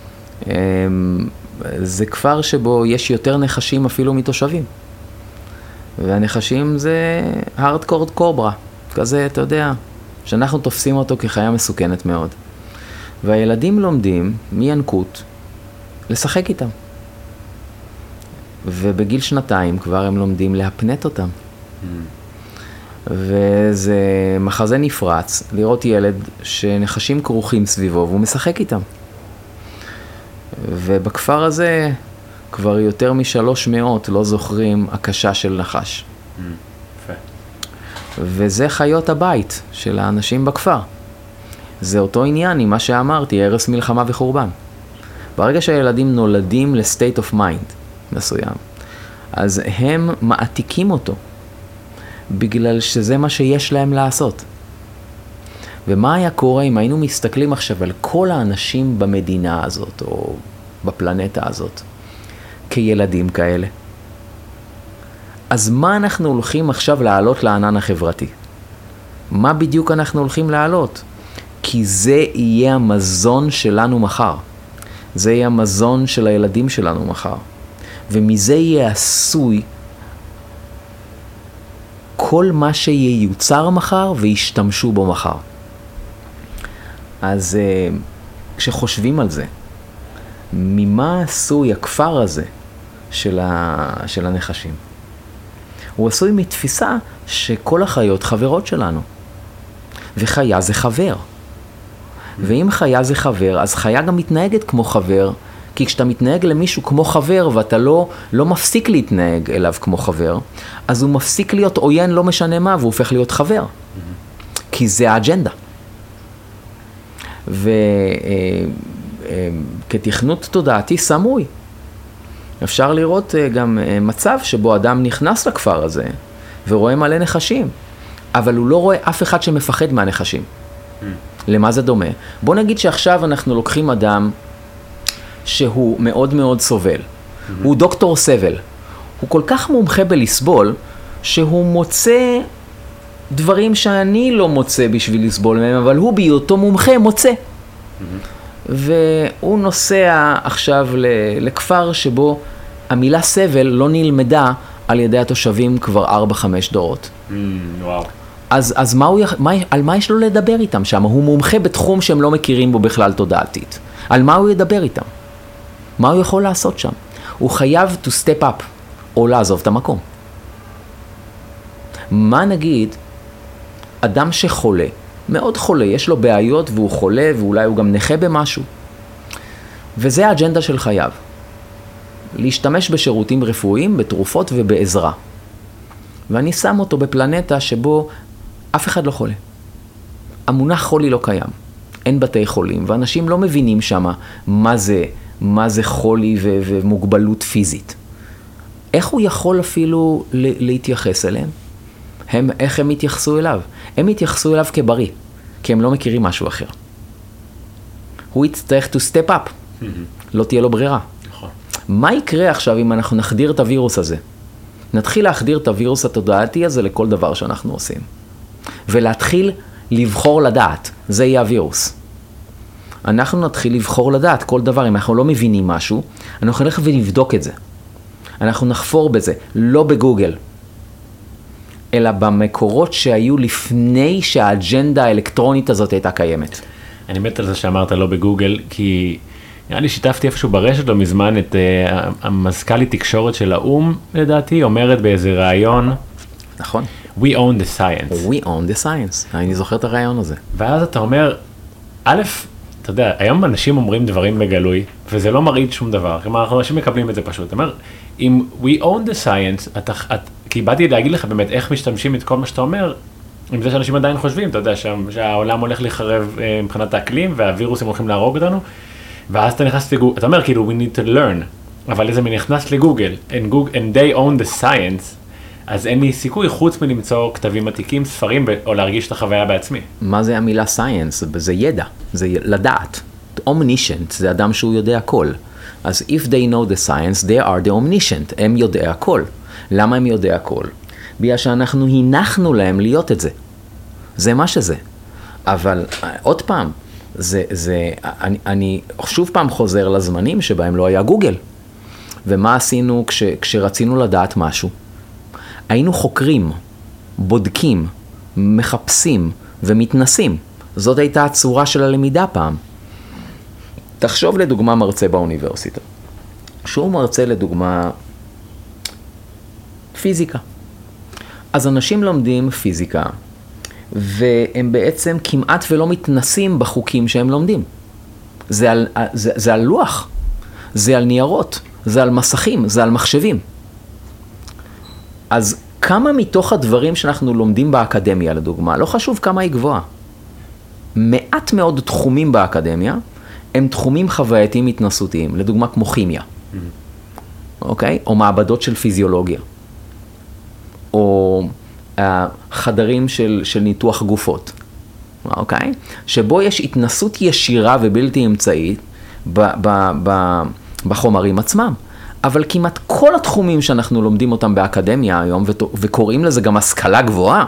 זה כפר שבו יש יותר נחשים אפילו מתושבים. והנחשים זה הארדקורד קוברה, כזה, אתה יודע, שאנחנו תופסים אותו כחיה מסוכנת מאוד. והילדים לומדים מינקות לשחק איתם. ובגיל 2 כבר הם לומדים להפנט אותם. וזה מחזה נפרץ לראות ילד שנחשים כרוכים סביבו והוא משחק איתם. ובכפר הזה כבר יותר מ300 לא זוכרים הקשה של נחש. וזה חיות הבית של האנשים בכפר. זה אותו עניין עם מה שאמרתי, הרס, מלחמה וחורבן. ברגע שהילדים נולדים לסטייט אוף מיינד מסוים, אז הם מעתיקים אותו, בגלל שזה מה שיש להם לעשות. ומה היה קורה אם היינו מסתכלים עכשיו על כל האנשים במדינה הזאת, או בפלנטה הזאת, כילדים כאלה? אז מה אנחנו הולכים עכשיו לעלות לענן החברתי? מה בדיוק אנחנו הולכים לעלות? כי זה יהיה המזון שלנו מחר. זה יהיה המזון של הילדים שלנו מחר. ומזה יהיה עשוי כל מה שייוצר מחר וישתמשו בו מחר. אז כשחושבים על זה, ממה עשוי הכפר הזה של הנחשים? הוא עשוי מתפיסה שכל החיות חברות שלנו. וחיה זה חבר. ואם חיה זה חבר, אז חיה גם מתנהגת כמו חבר, כי כשאתה מתנהג למישהו כמו חבר, ואתה לא מפסיק להתנהג אליו כמו חבר, אז הוא מפסיק להיות עוין לא משנה מה, והוא הופך להיות חבר. כי זה האג'נדה. וכתכנות תודעתי סמוי. אפשר לראות גם מצב שבו אדם נכנס לכפר הזה, ורואה מלא נחשים, אבל הוא לא רואה אף אחד שמפחד מהנחשים. למה זה דומה? בוא נגיד שעכשיו אנחנו לוקחים אדם שהוא מאוד מאוד סובל. הוא דוקטור סבל. הוא כל כך מומחה בלסבול, שהוא מוצא דברים שאני לא מוצא בשביל לסבול מהם, אבל הוא בהיותו מומחה מוצא. והוא נוסע עכשיו לכפר שבו המילה סבל לא נלמדה על ידי התושבים כבר 4-5 דורות. וואו. אז על מה יש לו לדבר איתם שם? הוא מומחה בתחום שהם לא מכירים בו בכלל תודעתית. על מה הוא ידבר איתם? מה הוא יכול לעשות שם? הוא חייב to step up, או לעזוב את המקום. מה נגיד, אדם שחולה, מאוד חולה, יש לו בעיות והוא חולה ואולי הוא גם נכה במשהו. וזה האג'נדה של חייו. להשתמש בשירותים רפואיים, בתרופות ובעזרה. ואני שם אותו בפלנטה שבו אף אחד לא חולה. המונח חולי לא קיים. אין בתי חולים, ואנשים לא מבינים שמה מה זה חולי ומוגבלות פיזית. איך הוא יכול אפילו להתייחס אליהם? איך הם התייחסו אליו? הם התייחסו אליו כבריא, כי הם לא מכירים משהו אחר. הוא יצטרך to step up. לא תהיה לו ברירה. נכון. מה יקרה עכשיו אם אנחנו נחדיר את הווירוס הזה? נתחיל להחדיר את הווירוס התודעתי הזה לכל דבר שאנחנו עושים. ולהתחיל לבחור לדעת. זה יהיה הווירוס. אנחנו נתחיל לבחור לדעת כל דבר. אם אנחנו לא מבינים משהו, אנחנו נלך ונבדוק את זה. אנחנו נחפור בזה, לא בגוגל, אלא במקורות שהיו לפני שהאג'נדה האלקטרונית הזאת הייתה קיימת. אני מת על זה שאמרת לא בגוגל, כי נראה לי שיתפתי איפשהו ברשת לא מזמן את המזכ"לית תקשורת של האום, לדעתי, אומרת באיזה רעיון, נכון. We own the science. We own the science. אני זוכר את הרעיון הזה. ואז אתה אומר, א', אתה יודע, היום אנשים אומרים דברים בגלוי, וזה לא מרעיד שום דבר. כלומר, אנשים מקבלים את זה פשוט. אתה אומר, אם we own the science, כי באתי להגיד לך באמת איך משתמשים את כל מה שאתה אומר, עם זה שאנשים עדיין חושבים, אתה יודע, שהעולם הולך להיחרב מבחינת האקלים, והווירוסים הולכים להרוג אותנו, ואז אתה נכנס לגוגל, אתה אומר כאילו, we need to learn, אבל איזה נכנס לגוגל, and they own the science, אז אין לי סיכוי חוץ מלמצוא כתבים עתיקים, ספרים, או להרגיש את החוויה בעצמי. מה זה המילה science? זה ידע, זה לדעת. Omniscient זה אדם שהוא יודע הכל. אז if they know the science, they are the omniscient. הם יודע הכל. למה הם יודע הכל? בגלל שאנחנו הנחנו להם להיות את זה. זה מה שזה. אבל עוד פעם, אני שוב פעם חוזר לזמנים שבהם לא היה גוגל. ומה עשינו כשרצינו לדעת משהו? היינו חוקרים, בודקים, מחפשים ומתנסים. זאת הייתה הצורה של הלמידה פעם. תחשוב לדוגמה מרצה באוניברסיטה. שהוא מרצה לדוגמה פיזיקה. אז אנשים לומדים פיזיקה, והם בעצם כמעט ולא מתנסים בחוקים שהם לומדים. זה על לוח, זה על ניירות, זה על מסכים, זה על מחשבים. אז כמה מתוך הדברים שאנחנו לומדים באקדמיה, לדוגמה, לא חשוב כמה היא גבוהה. מעט מאוד תחומים באקדמיה, הם תחומים חווייתיים התנסותיים, לדוגמה כמו כימיה, אוקיי? או מעבדות של פיזיולוגיה, או חדרים של ניתוח גופות, אוקיי? שבו יש התנסות ישירה ובלתי אמצעית בחומרים עצמם. אבל כמעט כל התחומים שאנחנו לומדים אותם באקדמיה היום, וקוראים לזה גם השכלה גבוהה,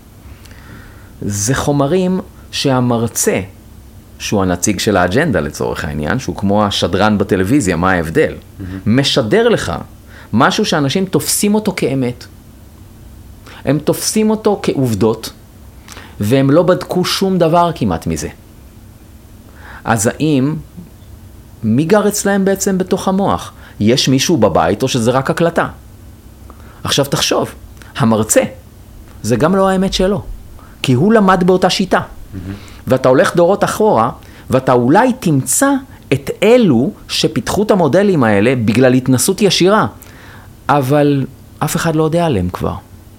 זה חומרים שהמרצה, שהוא הנציג של האג'נדה לצורך העניין, שהוא כמו השדרן בטלוויזיה, מה ההבדל? משדר לך משהו שאנשים תופסים אותו כאמת. הם תופסים אותו כעובדות, והם לא בדקו שום דבר כמעט מזה. אז האם, מי גר אצלהם בעצם בתוך המוח? יש מישהו בבית או שזה רק הקלטה? עכשיו תחשוב, המרצה, זה גם לא האמת שלו, כי הוא למד באותה שיטה. ואתה הולך דורות אחורה, ואתה אולי תמצא את אלו שפיתחו את המודלים האלה בגלל התנסות ישירה, אבל אף אחד לא יודע עליהם כבר.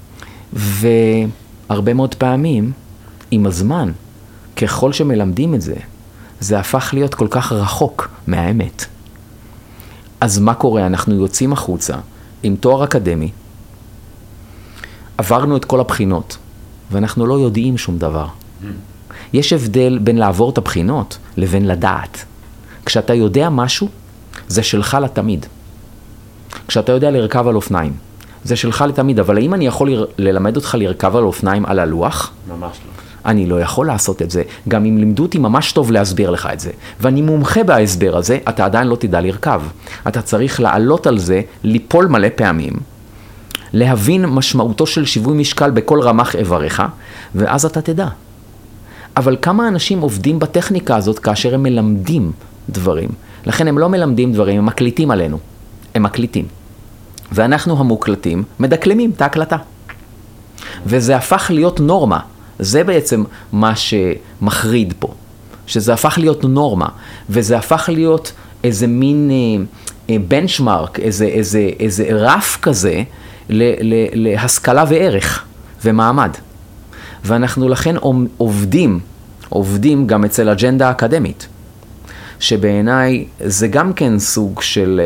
והרבה מאוד פעמים, עם הזמן, ככל שמלמדים את זה, זה הפך להיות כל כך רחוק מהאמת. אז מה קורה? אנחנו יוצאים החוצה עם תואר אקדמי, עברנו את כל הבחינות, ואנחנו לא יודעים שום דבר. יש הבדל בין לעבור את הבחינות לבין לדעת. כשאתה יודע משהו, זה שלך לתמיד. כשאתה יודע לרכב על אופניים, זה שלך לתמיד, אבל האם אני יכול ללמד אותך לרכב על אופניים על הלוח? ממש לא. אני לא יכול לעשות את זה, גם אם לימדו אותי ממש טוב להסביר לך את זה. ואני מומחה בהסבר הזה, אתה עדיין לא תדע לרכב. אתה צריך לעלות על זה, ליפול מלא פעמים, להבין משמעותו של שיווי משקל בכל רמ"ח איבריך, ואז אתה תדע. אבל כמה אנשים עובדים בטכניקה הזאת כאשר הם מלמדים דברים? לכן הם לא מלמדים דברים, הם מקליטים עלינו. הם מקליטים. ואנחנו המוקלטים מדקלמים את ההקלטה. וזה הפך להיות נורמה. זה בעצם מה שמחריד פה. שזה הפך להיות נורמה. וזה הפך להיות איזה מין בנצ'מרק, איזה רף כזה להשכלה וערך ומעמד. ואנחנו לכן עובדים גם אצל אג'נדה אקדמית. שבעיניי זה גם כן סוג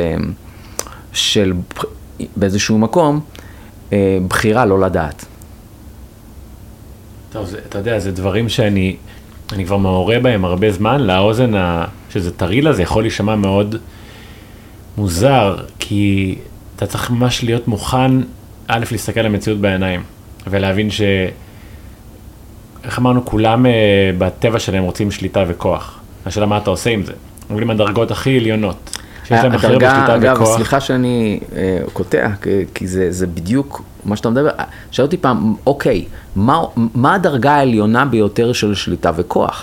של באיזשהו מקום, בחירה לא לדעת. טוב, אתה יודע, זה דברים שאני כבר מעורה בהם הרבה זמן, לאוזן שזה טרי לה, זה יכול להישמע מאוד מוזר, כי אתה צריך ממש להיות מוכן, א', להסתכל על המציאות בעיניים, ולהבין איך אמרנו, כולם בטבע שלהם רוצים שליטה וכוח. השאלה מה אתה עושה עם זה? אומרים הדרגות הכי עליונות. אגב, סליחה שאני קוטע, כי זה בדיוק מה שאתה מדבר. שאלתי פעם, אוקיי, מה הדרגה העליונה ביותר של שליטה וכוח?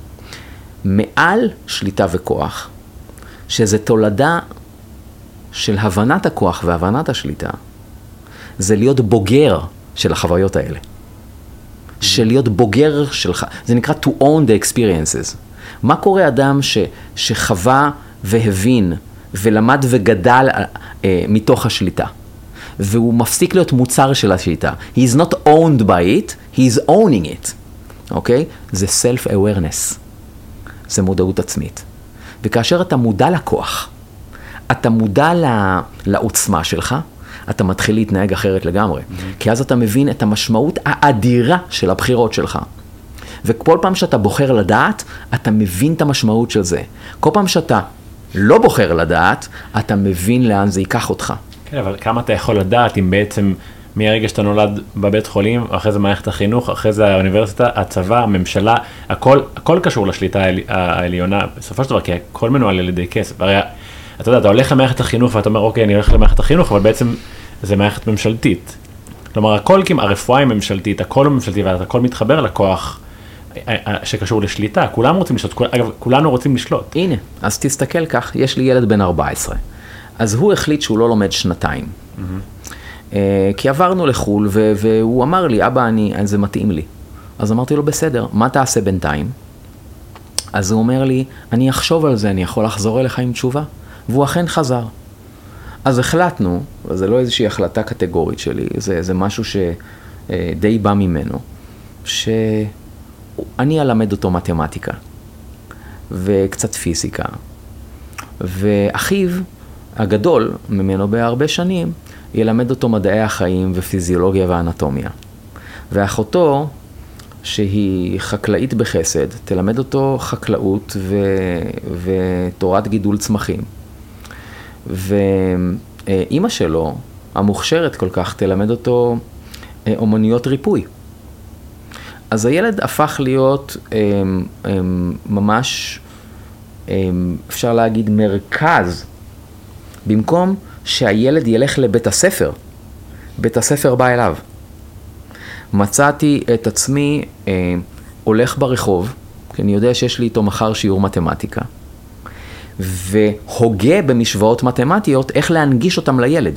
מעל שליטה וכוח, שזה תולדה של הבנת הכוח והבנת השליטה, זה להיות בוגר של החוויות האלה. של להיות בוגר שלך. זה נקרא to own the experiences. מה קורה אדם שחווה והבין ולמד וגדל מתוך השליטה? והוא מפסיק להיות מוצר של השליטה. He is not owned by it, he is owning it. אוקיי? זה self-awareness. זה מודעות עצמית. וכאשר אתה מודע לכוח, אתה מודע לעוצמה שלך, אתה מתחיל להתנהג אחרת לגמרי. כי אז אתה מבין את המשמעות האדירה של הבחירות שלך. וכל פעם שאתה בוחר לדעת, אתה מבין את המשמעות של זה. כל פעם שאתה לא בוחר לדעת, אתה מבין לאן זה ייקח אותך. כן, אבל כמה אתה יכול לדעת אם בעצם מהרגע שאתה נולד בבית חולים, אחרי זה מערכת החינוך, אחרי זה האוניברסיטה, הצבא, הממשלה, הכל קשור לשליטה העליונה, בסופו של דבר, כי הכל מנוהל על ידי כסף. הרי אתה יודע, אתה הולך למערכת החינוך ואתה אומר, אוקיי, אני הולך למערכת החינוך, אבל בעצם זה מערכת ממשלתית. כלומר, הכל, הרפואה היא ממשלתית, הכל הוא ממשלתי, והכל מתחבר לכוח שקשור לשליטה. כולם רוצים לשלוט, אגב, כולנו רוצים לשלוט. הנה, אז תסתכל כך, יש לי ילד בן 14. אז הוא החליט שהוא לא לומד שנתיים. כי עברנו לחול, והוא אמר לי, אבא, זה מתאים לי. אז אמרתי לו, בסדר, מה תעשה בינתיים? אז הוא אומר לי, אני אחשוב על זה, אני יכול לחזור אליך עם תשובה. והוא אכן חזר. אז החלטנו, וזה לא איזושהי החלטה קטגורית שלי, זה משהו שדי בא ממנו, שאני אלמד אותו מתמטיקה, וקצת פיזיקה, ואחיו הגדול ממנו בהרבה שנים, ילמד אותו מדעי החיים ופיזיולוגיה ואנטומיה. ואחותו, שהיא חקלאית בחסד, תלמד אותו חקלאות ותורת גידול צמחים. ואימא שלו, המוכשרת כל כך, תלמד אותו אומנויות ריפוי. אז הילד הפך להיות ממש, אפשר להגיד, מרכז. במקום שהילד ילך לבית הספר, בית הספר בא אליו. מצאתי את עצמי הולך ברחוב, כי אני יודע שיש לי איתו מחר שיעור מתמטיקה, והוגה במשוואות מתמטיות איך להנגיש אותם לילד.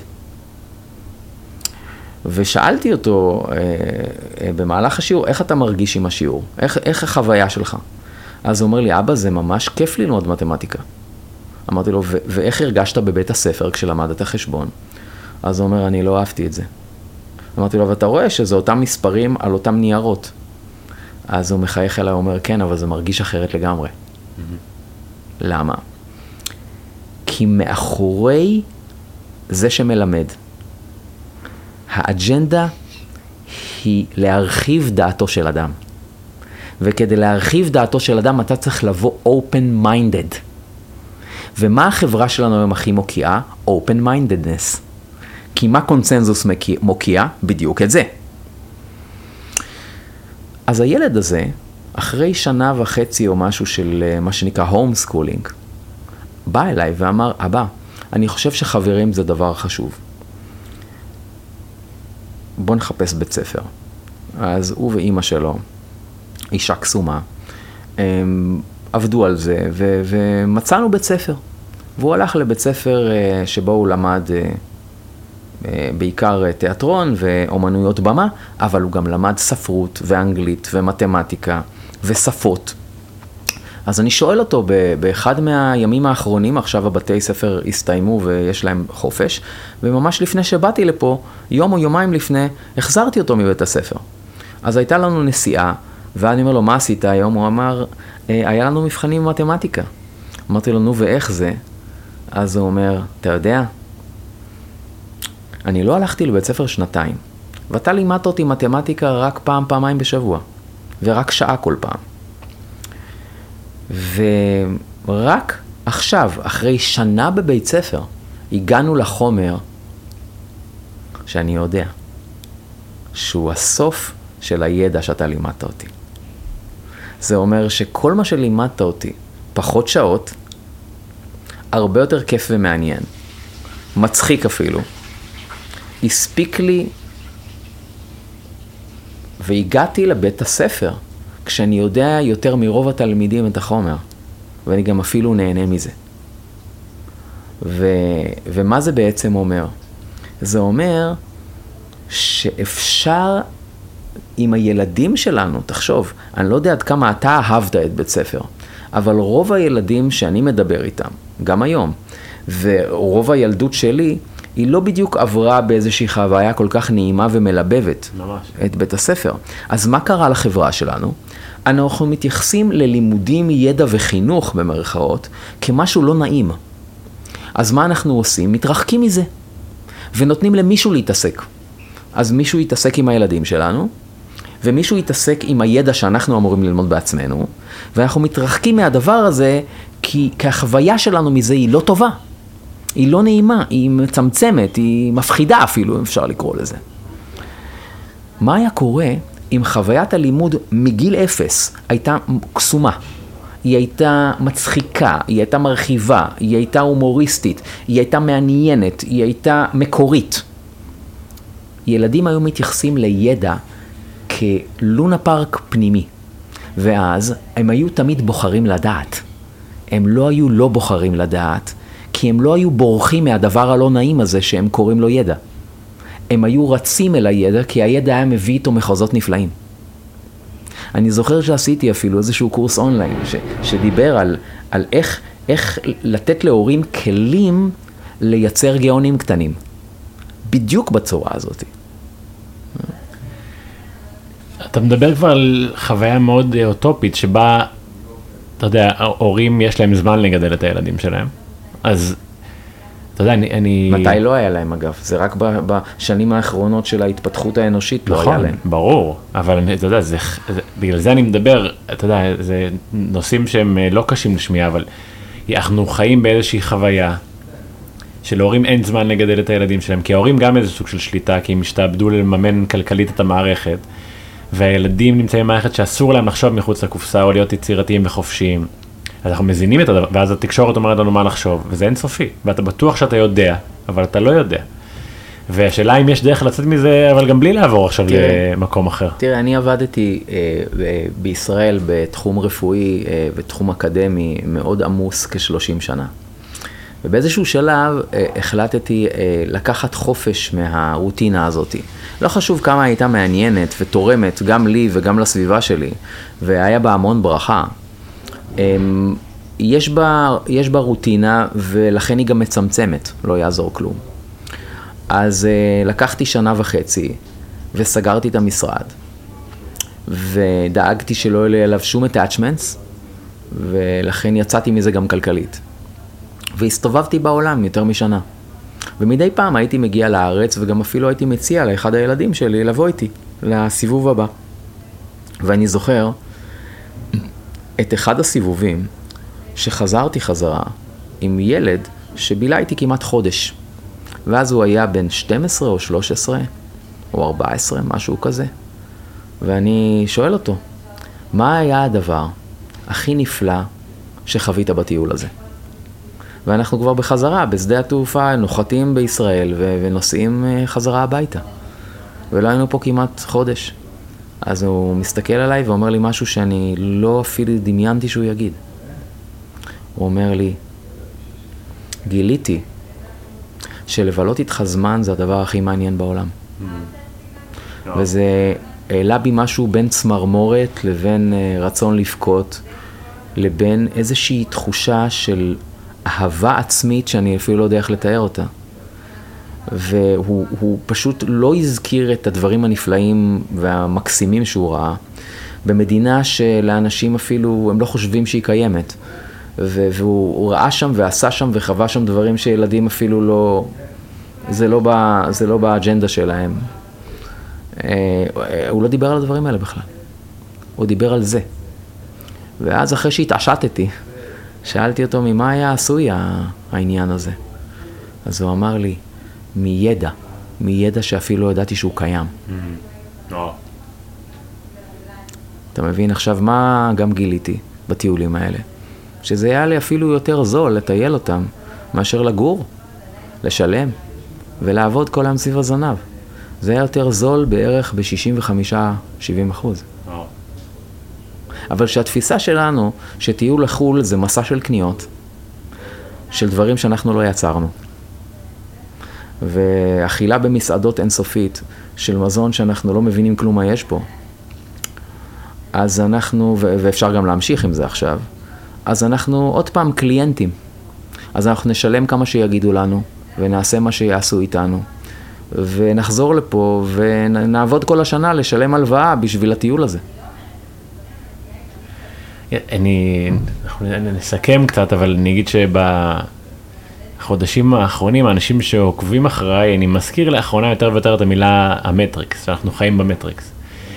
ושאלתי אותו במהלך השיעור, איך אתה מרגיש עם השיעור? איך החוויה שלך? אז הוא אומר לי, אבא, זה ממש כיף ללמוד מתמטיקה. אמרתי לו, ואיך הרגשת בבית הספר כשלמדת חשבון? אז הוא אומר, אני לא אהבתי את זה. אמרתי לו, ואתה רואה שזה אותם מספרים על אותם ניירות. אז הוא מחייך אליי, הוא אומר, כן, אבל זה מרגיש אחרת לגמרי. למה? כי מאחורי זה שמלמד, האג'נדה היא להרחיב דעתו של אדם. וכדי להרחיב דעתו של אדם, אתה צריך לבוא open-minded. ומה החברה שלנו היום הכי מוקיעה? open-mindedness. כי מה קונצנזוס מוקיע? בדיוק את זה. אז הילד הזה, אחרי שנה וחצי או משהו של מה שנקרא הום-סקולינג, בא אליי ואמר, אבא, אני חושב שחברים זה דבר חשוב. בוא נחפש בית ספר. אז הוא ואימא שלו, אישה קסומה, עבדו על זה, ומצאנו בית ספר. והוא הלך לבית ספר שבו הוא למד בעיקר תיאטרון ואומנויות במה, אבל הוא גם למד ספרות ואנגלית ומתמטיקה ושפות. אז אני שואל אותו, באחד מהימים האחרונים, עכשיו הבתי ספר הסתיימו ויש להם חופש, וממש לפני שבאתי לפה, יום או יומיים לפני, החזרתי אותו מבית הספר. אז הייתה לנו נסיעה, ואני אומר לו, מה עשית היום? הוא אמר, היה לנו מבחנים במתמטיקה. אמרתי לו, נו ואיך זה? אז הוא אומר, אתה יודע, אני לא הלכתי לבית ספר שנתיים, ואתה לימדת אותי מתמטיקה רק פעמיים בשבוע, ורק שעה כל פעם. ורק עכשיו, אחרי שנה בבית ספר, הגענו לחומר שאני יודע, שהוא הסוף של הידע שאתה לימדת אותי. זה אומר שכל מה שלימדת אותי, פחות שעות, הרבה יותר כיף ומעניין, מצחיק אפילו, הספיק לי, והגעתי לבית הספר, כשאני יודע יותר מרוב התלמידים את החומר, ואני גם אפילו נהנה מזה. ומה זה בעצם אומר? זה אומר שאפשר עם הילדים שלנו, תחשוב, אני לא יודע עד כמה אתה אהבת את בית ספר, אבל רוב הילדים שאני מדבר איתם, גם היום, ורוב הילדות שלי, היא לא בדיוק עברה באיזושהי חוויה כל כך נעימה ומלבבת. ממש. את בית הספר. אז מה קרה לחברה שלנו? אנחנו מתייחסים ללימודים, ידע וחינוך במרכאות, כמשהו לא נעים. אז מה אנחנו עושים? מתרחקים מזה. ונותנים למישהו להתעסק. אז מישהו יתעסק עם הילדים שלנו, ומישהו יתעסק עם הידע שאנחנו אמורים ללמוד בעצמנו, ואנחנו מתרחקים מהדבר הזה, כי החוויה שלנו מזה היא לא טובה. היא לא נעימה, היא מצמצמת, היא מפחידה אפילו, אם אפשר לקרוא לזה. מה היה קורה אם חוויית הלימוד מגיל 0 הייתה קסומה? היא הייתה מצחיקה, היא הייתה מרחיבה, היא הייתה הומוריסטית, היא הייתה מעניינת, היא הייתה מקורית. ילדים היו מתייחסים לידע כלונה פארק פנימי, ואז הם היו תמיד בוחרים לדעת. הם לא היו לא בוחרים לדעת, כי הם לא היו בורחים מהדבר הלא נעים הזה שהם קוראים לו ידע. הם היו רצים אל הידע, כי הידע היה מביא איתו מחוזות נפלאים. אני זוכר שעשיתי אפילו איזשהו קורס אונליין, שדיבר על איך לתת להורים כלים לייצר גאונים קטנים. בדיוק בצורה הזאת. אתה מדבר כבר על חוויה מאוד אוטופית, שבה, אתה יודע, ההורים יש להם זמן לגדל את הילדים שלהם. אז, אתה יודע, אני... מתי לא היה להם אגב? זה רק בשנים האחרונות של ההתפתחות האנושית לא היה להם. נכון, ברור, אבל אתה יודע, בגלל זה אני מדבר, אתה יודע, זה נושאים שהם לא קשים לשמיעה, אבל אנחנו חיים באיזושהי חוויה, שלהורים אין זמן לגדל את הילדים שלהם, כי ההורים גם איזה סוג של שליטה, כי הם השתעבדו לממן כלכלית את המערכת, והילדים נמצאים במערכת שאסור להם לחשוב מחוץ לקופסה, או להיות יצירתיים וחופשיים. אז אנחנו מזינים את הדבר, ואז התקשורת אומרת לנו מה לחשוב, וזה אינסופי, ואתה בטוח שאתה יודע, אבל אתה לא יודע. והשאלה אם יש דרך לצאת מזה, אבל גם בלי לעבור עכשיו למקום אחר. תראה, אני עבדתי בישראל בתחום רפואי ותחום אקדמי מאוד עמוס כ-30 שנה. ובאיזשהו שלב החלטתי לקחת חופש מהרוטינה הזאת. לא חשוב כמה הייתה מעניינת ותורמת גם לי וגם לסביבה שלי, והיה בה המון ברכה. יש בה רוטינה ולכן היא גם מצמצמת, לא יעזור כלום. אז לקחתי 1.5 שנה וסגרתי את המשרד, ודאגתי שלא יהיה לי עליו שום attachments, ולכן יצאתי מזה גם כלכלית. והסתובבתי בעולם יותר משנה. ומדי פעם הייתי מגיע לארץ, וגם אפילו הייתי מציע לאחד הילדים שלי לבוא איתי לסיבוב הבא. ואני זוכר את אחד הסיבובים שחזרתי חזרה עם ילד שבילה איתי כמעט חודש. ואז הוא היה בן 12 או 13 או 14, משהו כזה. ואני שואל אותו, מה היה הדבר הכי נפלא שחווית בטיול הזה? ואנחנו כבר בחזרה, בשדה התעופה, נוחתים בישראל ונוסעים חזרה הביתה. ולא היינו פה כמעט חודש. אז הוא מסתכל עליי ואומר לי משהו שאני לא אפילו דמיינתי שהוא יגיד. הוא אומר לי, גיליתי שלבלות איתך זמן זה הדבר הכי מעניין בעולם. וזה העלה בי משהו בין צמרמורת לבין רצון לבכות, לבין איזושהי תחושה של אהבה עצמית שאני אפילו לא יודע איך לתאר אותה. והוא פשוט לא הזכיר את הדברים הנפלאים והמקסימים שהוא ראה, במדינה שלאנשים אפילו, הם לא חושבים שהיא קיימת. והוא ראה שם ועשה שם וחווה שם דברים שילדים אפילו לא, זה לא באג'נדה שלהם. הוא לא דיבר על הדברים האלה בכלל. הוא דיבר על זה. ואז אחרי שהתעשתתי, שאלתי אותו ממה היה עשוי העניין הזה. אז הוא אמר לי, מידע שאפילו לא ידעתי שהוא קיים. אתה מבין עכשיו מה גם גיליתי בטיולים האלה? שזה היה לי אפילו יותר זול לטייל אותם מאשר לגור, לשלם ולעבוד כל היום סביב הזנב. זה היה יותר זול בערך ב-65-70%. אבל שהתפיסה שלנו שטיול לחול זה מסע של קניות, של דברים שאנחנו לא יצרנו. ואכילה במסעדות אינסופית של מזון שאנחנו לא מבינים כלום מה יש פה. אז אנחנו, ואפשר גם להמשיך עם זה עכשיו, אז אנחנו עוד פעם קליינטים. אז אנחנו נשלם כמה שיגידו לנו, ונעשה מה שיעשו איתנו, ונחזור לפה, ונעבוד כל השנה לשלם הלוואה בשביל הטיול הזה. אנחנו נסכם קצת, אבל אני אגיד שבחודשים האחרונים, האנשים שעוקבים אחריי, אני מזכיר לאחרונה יותר ויותר את המילה המטריקס, שאנחנו חיים במטריקס.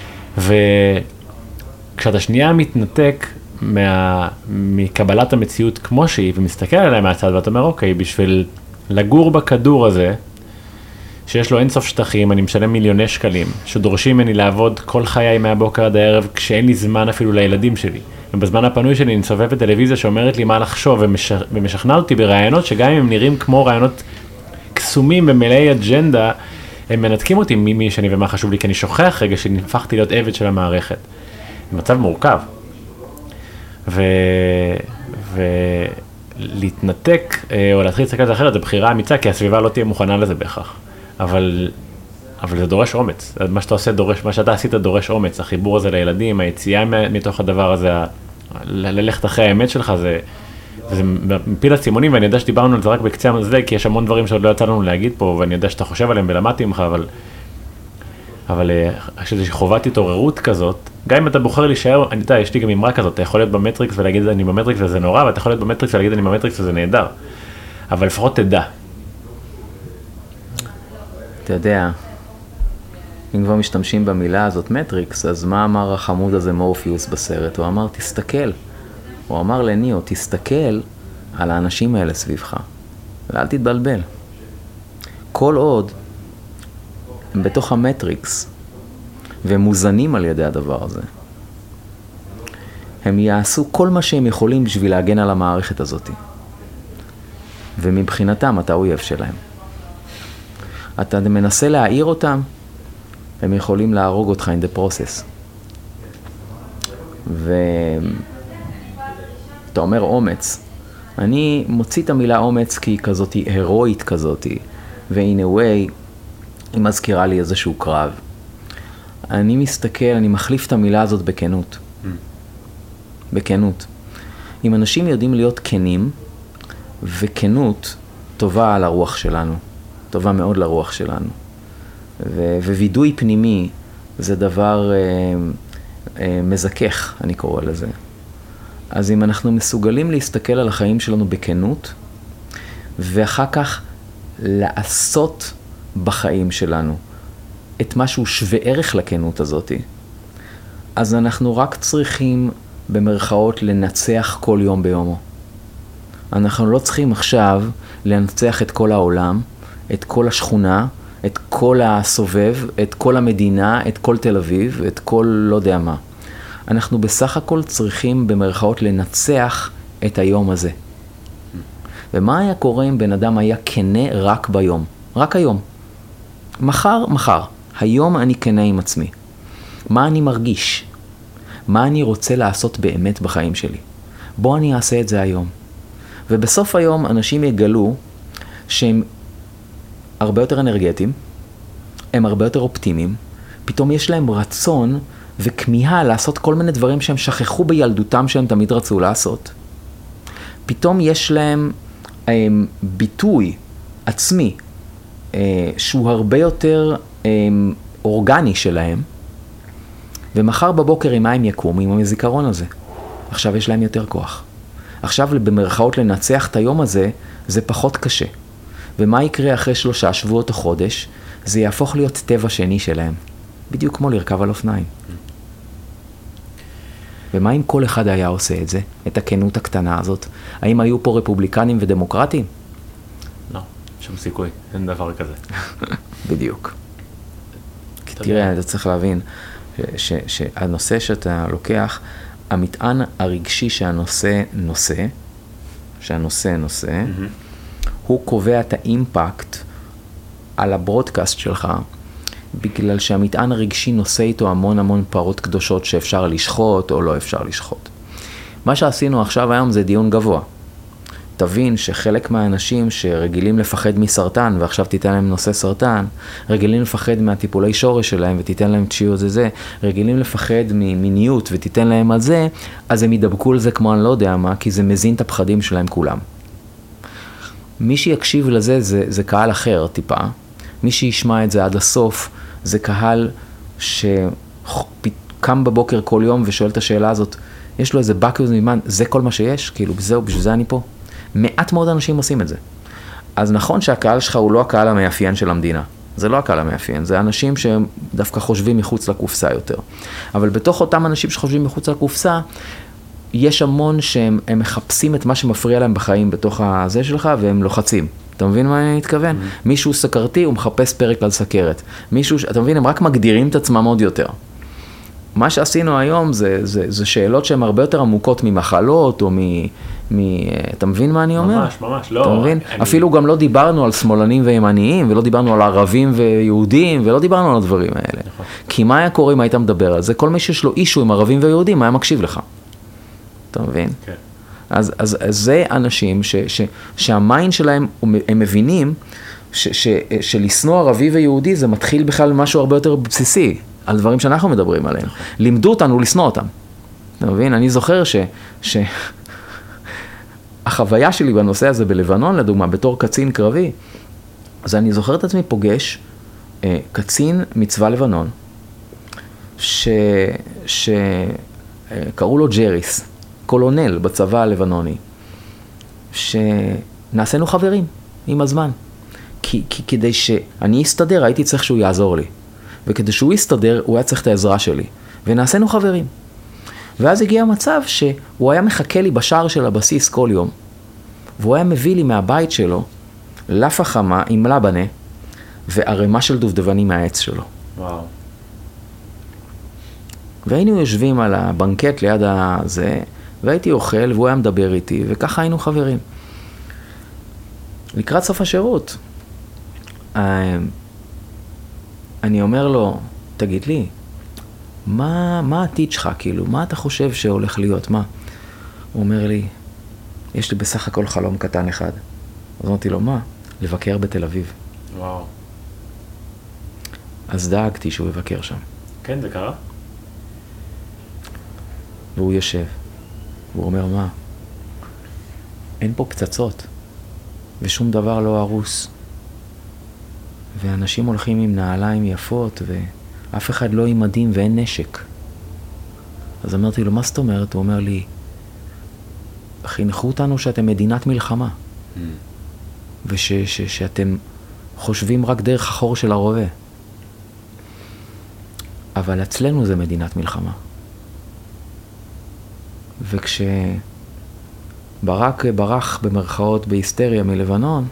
וכשאתה שנייה מתנתק מקבלת המציאות כמו שהיא, ומסתכל עליה מהצד, ואתה אומר, אוקיי, בשביל לגור בכדור הזה, שיש לו אינסוף שטחים, אני משלם מיליוני שקלים, שדורשים ממני לעבוד כל חיי מהבוקר עד הערב, כשאין לי זמן אפילו לילדים שלי. ובזמן הפנוי שלי אני סובב בטלוויזיה שאומרת לי מה לחשוב, ומשכנע אותי ברעיונות שגם אם הם נראים כמו רעיונות קסומים ומלאי אג'נדה, הם מנתקים אותי ממי שאני ומה חשוב לי, כי אני שוכח רגע שנפחתי להיות עבד של המערכת. זה מצב מורכב. ולהתנתק או להתחיל לצחק על זה אחרת, זה בחירה אמיצה, כי הסביבה לא תהיה מוכנה לזה בהכרח. אבל זה דורש אומץ. מה שאתה עושה מה שאתה עשית דורש אומץ. החיבור הזה לילדים, היציאה מתוך הדבר הזה, ללכת אחרי האמת שלך, וזה מפיל הצימונים, ואני יודע שדיברנו על זה רק בקצה המזלג, כי יש המון דברים שעוד לא יצא לנו להגיד פה, ואני יודע שאתה חושב עליהם ולמדתי ממך, אבל יש איזושהי חובת התעוררות כזאת, גם אם אתה בוחר להישאר, אני יודע, יש לי גם אמרה כזאת, אתה יכול להיות במטריקס ולהגיד אני במטריקס וזה נורא, ואתה יכול להיות במטריקס ולהגיד אני במטריקס וזה נהדר. אבל לפחות תדע. אתה יודע, אם כבר משתמשים במילה הזאת מטריקס, אז מה אמר החמוד הזה מורפיוס בסרט? הוא אמר, תסתכל. הוא אמר לניאו, תסתכל על האנשים האלה סביבך, ואל תתבלבל. כל עוד הם בתוך המטריקס, והם מוזנים על ידי הדבר הזה, הם יעשו כל מה שהם יכולים בשביל להגן על המערכת הזאת. ומבחינתם אתה אויב שלהם. אתה מנסה להעיר אותם, הם יכולים להרוג אותך in the process. ואתה אומר אומץ. אני מוציא את המילה אומץ כי היא כזאת, היא הירואית כזאת, ו-in a way, היא מזכירה לי איזשהו קרב. אני מסתכל, אני מחליף את המילה הזאת בכנות. בכנות. אם אנשים יודעים להיות כנים, וכנות טובה על הרוח שלנו, טובה מאוד לרוח שלנו. ווידוי פנימי זה דבר מזכך, אני קורא לזה. אז אם אנחנו מסוגלים להסתכל על החיים שלנו בכנות, ואחר כך לעשות בחיים שלנו את משהו שווה ערך לכנות הזאת, אז אנחנו רק צריכים במרכאות לנצח כל יום ביומו. אנחנו לא צריכים עכשיו לנצח את כל העולם, את כל השכונה, את כל הסובב, את כל המדינה, את כל תל אביב, את כל לא יודע מה. אנחנו בסך הכל צריכים במרכאות לנצח את היום הזה. ומה היה קורה אם בן אדם היה כנה רק ביום? רק היום. מחר. היום אני כנה עם עצמי. מה אני מרגיש? מה אני רוצה לעשות באמת בחיים שלי? בוא אני אעשה את זה היום. ובסוף היום אנשים יגלו שהם הרבה יותר אנרגטיים, הם הרבה יותר אופטימיים, פתאום יש להם רצון וכמיהה לעשות כל מיני דברים שהם שכחו בילדותם שהם תמיד רצו לעשות. פתאום יש להם ביטוי עצמי שהוא הרבה יותר אורגני שלהם, ומחר בבוקר עם מה הם יקום, עם הזיכרון הזה. עכשיו יש להם יותר כוח. עכשיו במרכאות לנצח את היום הזה, זה פחות קשה. ומה יקרה אחרי 3 שבועות או חודש? זה יהפוך להיות טבע שני שלהם. בדיוק כמו לרכב על אופניים. ומה אם כל אחד היה עושה את זה, את הכנות הקטנה הזאת? האם היו פה רפובליקנים ודמוקרטים? לא, שום סיכוי, אין דבר כזה. בדיוק. כי תראה, אתה צריך להבין שהנושא שאתה לוקח, המטען הרגשי שהנושא נושא, הוא קובע את האימפקט על הברודקאסט שלך, בגלל שהמטען הרגשי נושא איתו המון פרות קדושות שאפשר לשחוט או לא אפשר לשחוט. מה שעשינו עכשיו היום זה דיון גבוה. תבין שחלק מהאנשים שרגילים לפחד מסרטן, ועכשיו תיתן להם נושא סרטן, רגילים לפחד מהטיפולי שורש שלהם ותיתן להם תשיעו זה, רגילים לפחד ממיניות ותיתן להם על זה, אז הם ידבקו על זה כמו אני לא יודע מה, כי זה מזין את הפחדים שלהם כולם. מי שיקשיב לזה זה קהל אחר טיפה, מי שישמע את זה עד הסוף זה קהל שקם בבוקר כל יום ושואל את השאלה הזאת, יש לו איזה בקוז מזמן, זה כל מה שיש? כאילו זהו, בשביל זה אני פה. מעט מאוד אנשים עושים את זה. אז נכון שהקהל שלך הוא לא הקהל המאפיין של המדינה. זה לא הקהל המאפיין, זה אנשים שהם דווקא חושבים מחוץ לקופסה יותר. אבל בתוך אותם אנשים שחושבים מחוץ לקופסה, יש המון שהם מחפשים את מה שמפריע להם בחיים בתוך הזה שלך, והם לוחצים. אתה מבין מה אני מתכוון? מישהו סקרתי, הוא מחפש פרק על סכרת. מישהו, אתה מבין, הם רק מגדירים את עצמם עוד יותר. מה שעשינו היום זה שאלות שהן הרבה יותר עמוקות ממחלות, או אתה מבין מה אני אומר? ממש, לא. אתה מבין? אפילו גם לא דיברנו על שמאלנים וימניים, ולא דיברנו על ערבים ויהודים, ולא דיברנו על הדברים האלה. כי מה היה קורה אם היית מדבר על זה? כל מי שיש לו אישו עם ערבים ויהודים, היה מקשיב לך. אתה מבין? כן. אז זה אנשים שהמיין שלהם, הם מבינים שלשנוא ערבי ויהודי זה מתחיל בכלל משהו הרבה יותר בסיסי, על דברים שאנחנו מדברים עליהם. לימדו אותנו לשנוא אותם. אתה מבין? אני זוכר החוויה שלי בנושא הזה בלבנון, לדוגמה, בתור קצין קרבי, אז אני זוכר את עצמי פוגש קצין מצבא לבנון, שקראו לו ג'ריס, קולונל בצבא הלבנוני, שנעשינו חברים עם הזמן. כי כדי שאני אסתדר, הייתי צריך שהוא יעזור לי. וכדי שהוא יסתדר, הוא היה צריך את העזרה שלי. ונעשינו חברים. ואז הגיע המצב שהוא היה מחכה לי בשער של הבסיס כל יום, והוא היה מביא לי מהבית שלו לפה חמה עם לבנה, וערימה של דובדבנים מהעץ שלו. וואו. והיינו יושבים על הבנקט ליד הזה, והייתי אוכל, והוא היה מדבר איתי, וככה היינו חברים. לקראת סוף השירות, אני אומר לו, תגיד לי, מה העתיד שלך, כאילו? מה אתה חושב שהולך להיות? מה? הוא אומר לי, יש לי בסך הכל חלום קטן אחד. אז אמרתי לו, מה? לבקר בתל אביב. וואו. אז דאגתי שהוא יבקר שם. כן, זה קרה? והוא יושב, והוא אומר, מה? אין פה פצצות, ושום דבר לא הרוס. ואנשים הולכים עם נעליים יפות, ואף אחד לא עם מדים ואין נשק. אז אמרתי לו, מה זאת אומרת? הוא אומר לי, חינכו אותנו שאתם מדינת מלחמה, ושאתם חושבים רק דרך החור של הרובה. אבל אצלנו זה מדינת מלחמה. וכשברק ברח במרכאות בהיסטריה מלבנון,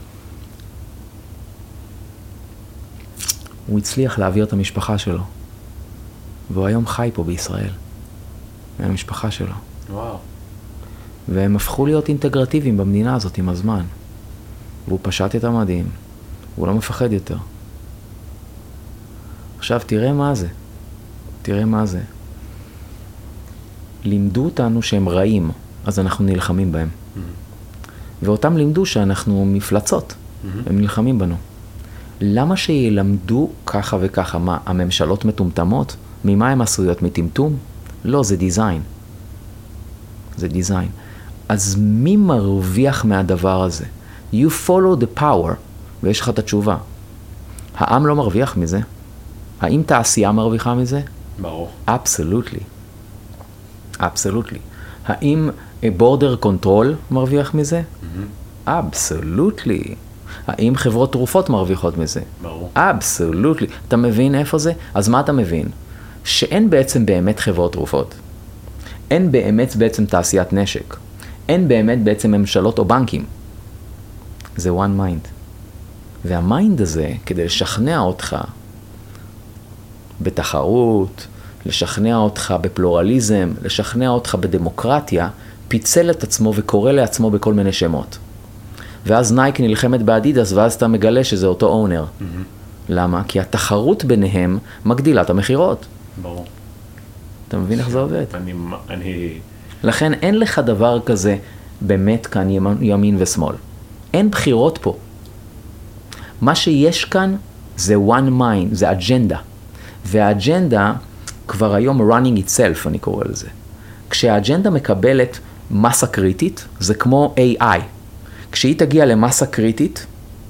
הוא הצליח להעביר את המשפחה שלו. והוא היום חי פה בישראל. מהמשפחה שלו. וואו. והם הפכו להיות אינטגרטיביים במדינה הזאת עם הזמן. והוא פשט את המדים. הוא לא מפחד יותר. עכשיו תראה מה זה. תראה מה זה. לימדו אותנו שהם רעים, אז אנחנו נלחמים בהם. ואותם לימדו שאנחנו מפלצות, הם נלחמים בנו. למה שילמדו ככה וככה? מה, הממשלות מטומטמות? ממה הן עשויות? מטמטום? לא, זה דיזיין. זה דיזיין. אז מי מרוויח מהדבר הזה? You follow the power, ויש לך את התשובה. העם לא מרוויח מזה. האם תעשייה מרוויחה מזה? ברור. Absolutely. Absolutely. האם border control מרוויח מזה? Absolutely. האם חברות תרופות מרוויחות מזה? ברור. Absolutely. אתה מבין איפה זה? אז מה אתה מבין? שאין בעצם באמת חברות תרופות. אין באמת בעצם תעשיית נשק. אין באמת בעצם ממשלות או בנקים. זה one mind. והמיינד הזה, כדי לשכנע אותך בתחרות, לשכנע אותך בפלורליזם, לשכנע אותך בדמוקרטיה, פיצל את עצמו וקורא לעצמו בכל מיני שמות. ואז נייק נלחמת באדידס, ואז אתה מגלה שזה אותו אונר. למה? כי התחרות ביניהם מגדילה את המחירות. ברור. אתה מבין איך זה עובד? אני... לכן אין לך דבר כזה באמת כאן ימין ושמאל. אין בחירות פה. מה שיש כאן זה one mind, זה אג'נדה. והאג'נדה כבר היום running itself, אני קורא לזה. כשהאג'נדה מקבלת מסה קריטית, זה כמו AI. כשהיא תגיע למסה קריטית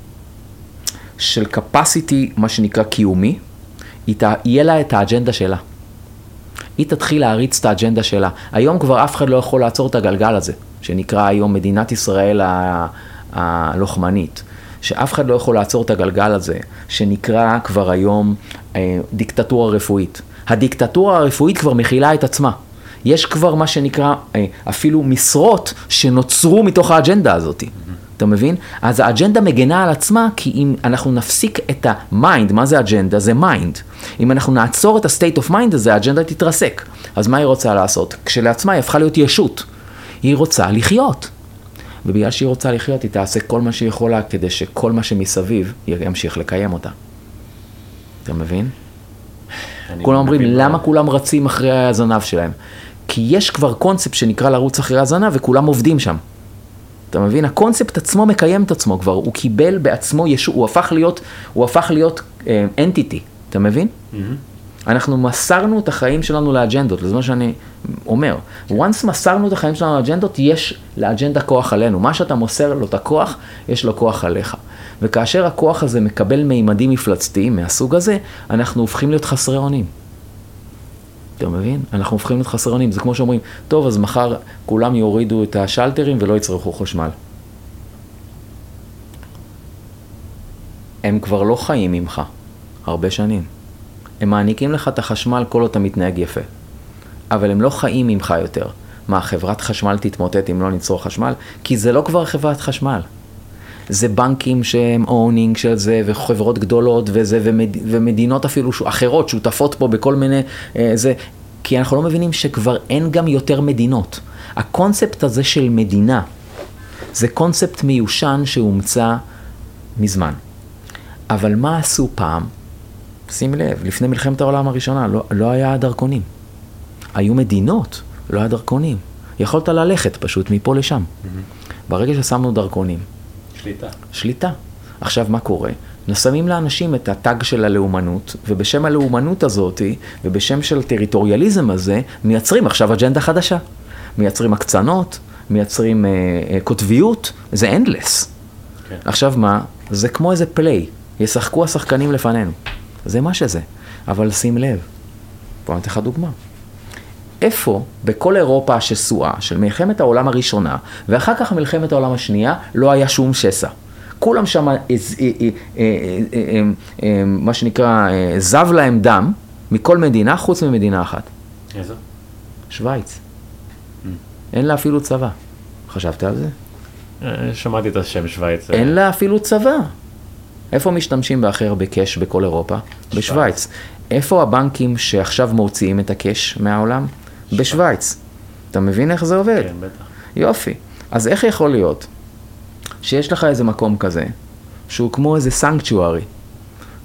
של capacity, מה שנקרא קיומי, יהיה לה את האג'נדה שלה. היא תתחיל להריץ את האג'נדה שלה. היום כבר אף אחד לא יכול לעצור את הגלגל הזה, שנקרא היום מדינת ישראל הלוחמנית. שאף אחד לא יכול לעצור את הגלגל הזה, שנקרא כבר היום דיקטטורה רפואית. הדיקטטורה הרפואית כבר מכילה את עצמה. יש כבר מה שנקרא אפילו משרות שנוצרו מתוך האג'נדה הזאת. אתה מבין? אז האג'נדה מגנה על עצמה, כי אם אנחנו נפסיק את המיינד, מה זה אג'נדה? זה מיינד. אם אנחנו נעצור את ה-state of mind הזה, האג'נדה תתרסק. אז מה היא רוצה לעשות? כשלעצמה היא הפכה להיות ישות. היא רוצה לחיות. ובגלל שהיא רוצה לחיות, היא תעשה כל מה שהיא יכולה, כדי שכל מה שמסביב ימשיך לקיים אותה. אתה מבין? כולם אומרים, למה כולם רצים אחרי הזנב שלהם? כי יש כבר קונספט שנקרא לרוץ אחרי הזנב, וכולם עובדים שם. אתה מבין? הקונספט עצמו מקיים את עצמו כבר, הוא קיבל בעצמו ישו, הוא הפך להיות entity, אתה מבין? אנחנו מסרנו את החיים שלנו לאג'נדות, זה מה שאני אומר. once מסרנו את החיים שלנו לאג'נדות, יש לאג'נדה כוח עלינו. מה שאתה מוסר לו את הכוח, יש לו כוח עליך. וכאשר הכוח הזה מקבל מימדים מפלצתיים מהסוג הזה, אנחנו הופכים להיות חסרי אונים. אתה מבין? אנחנו הופכים להיות חסרי אונים. זה כמו שאומרים, טוב, אז מחר כולם יורידו את השלטרים ולא יצרכו חשמל. הם כבר לא חיים ממך הרבה שנים. הם מעניקים לך את החשמל כל עוד אתה מתנהג יפה. אבל הם לא חיים ממך יותר. מה, חברת חשמל תתמוטט אם לא נצרוך חשמל? כי זה לא כבר חברת חשמל. זה בנקים שהם אונינג של זה, וחברות גדולות וזה, ומדינות אפילו אחרות, שותפות פה בכל מיני זה. כי אנחנו לא מבינים שכבר אין גם יותר מדינות. הקונספט הזה של מדינה, זה קונספט מיושן שהומצא מזמן. אבל מה עשו פעם? שים לב, לפני מלחמת העולם הראשונה לא היה דרכונים. היו מדינות, לא היה דרכונים. יכולת ללכת פשוט מפה לשם. ברגע ששמנו דרכונים. שליטה. עכשיו מה קורה? נסמים לאנשים את הטאג של הלאומנות, ובשם הלאומנות הזאת, ובשם של הטריטוריאליזם הזה, מייצרים עכשיו אג'נדה חדשה. מייצרים הקצנות, מייצרים כותביות, זה endless. כן. עכשיו מה? זה כמו איזה פליי. ישחקו השחקנים לפנינו. זה מה שזה. אבל שים לב. בוא נתן לך דוגמה. איפה בכל אירופה השסועה של מלחמת העולם הראשונה, ואחר כך מלחמת העולם השנייה, לא היה שום שסע. כולם שם, מה שנקרא, זב להם דם, מכל מדינה, חוץ ממדינה אחת. איזו? שוויץ. אין לה אפילו צבא. חשבת על זה? שמעתי את השם שוויץ. אין לה אפילו צבא. איפה משתמשים באחר בקש בכל אירופה? בשוויץ. איפה הבנקים שעכשיו מוציאים את הקש מהעולם? בשוויץ. אתה מבין איך זה עובד? כן, בטח. יופי. אז איך יכול להיות שיש לך איזה מקום כזה, שהוא כמו איזה סנקצ'וארי,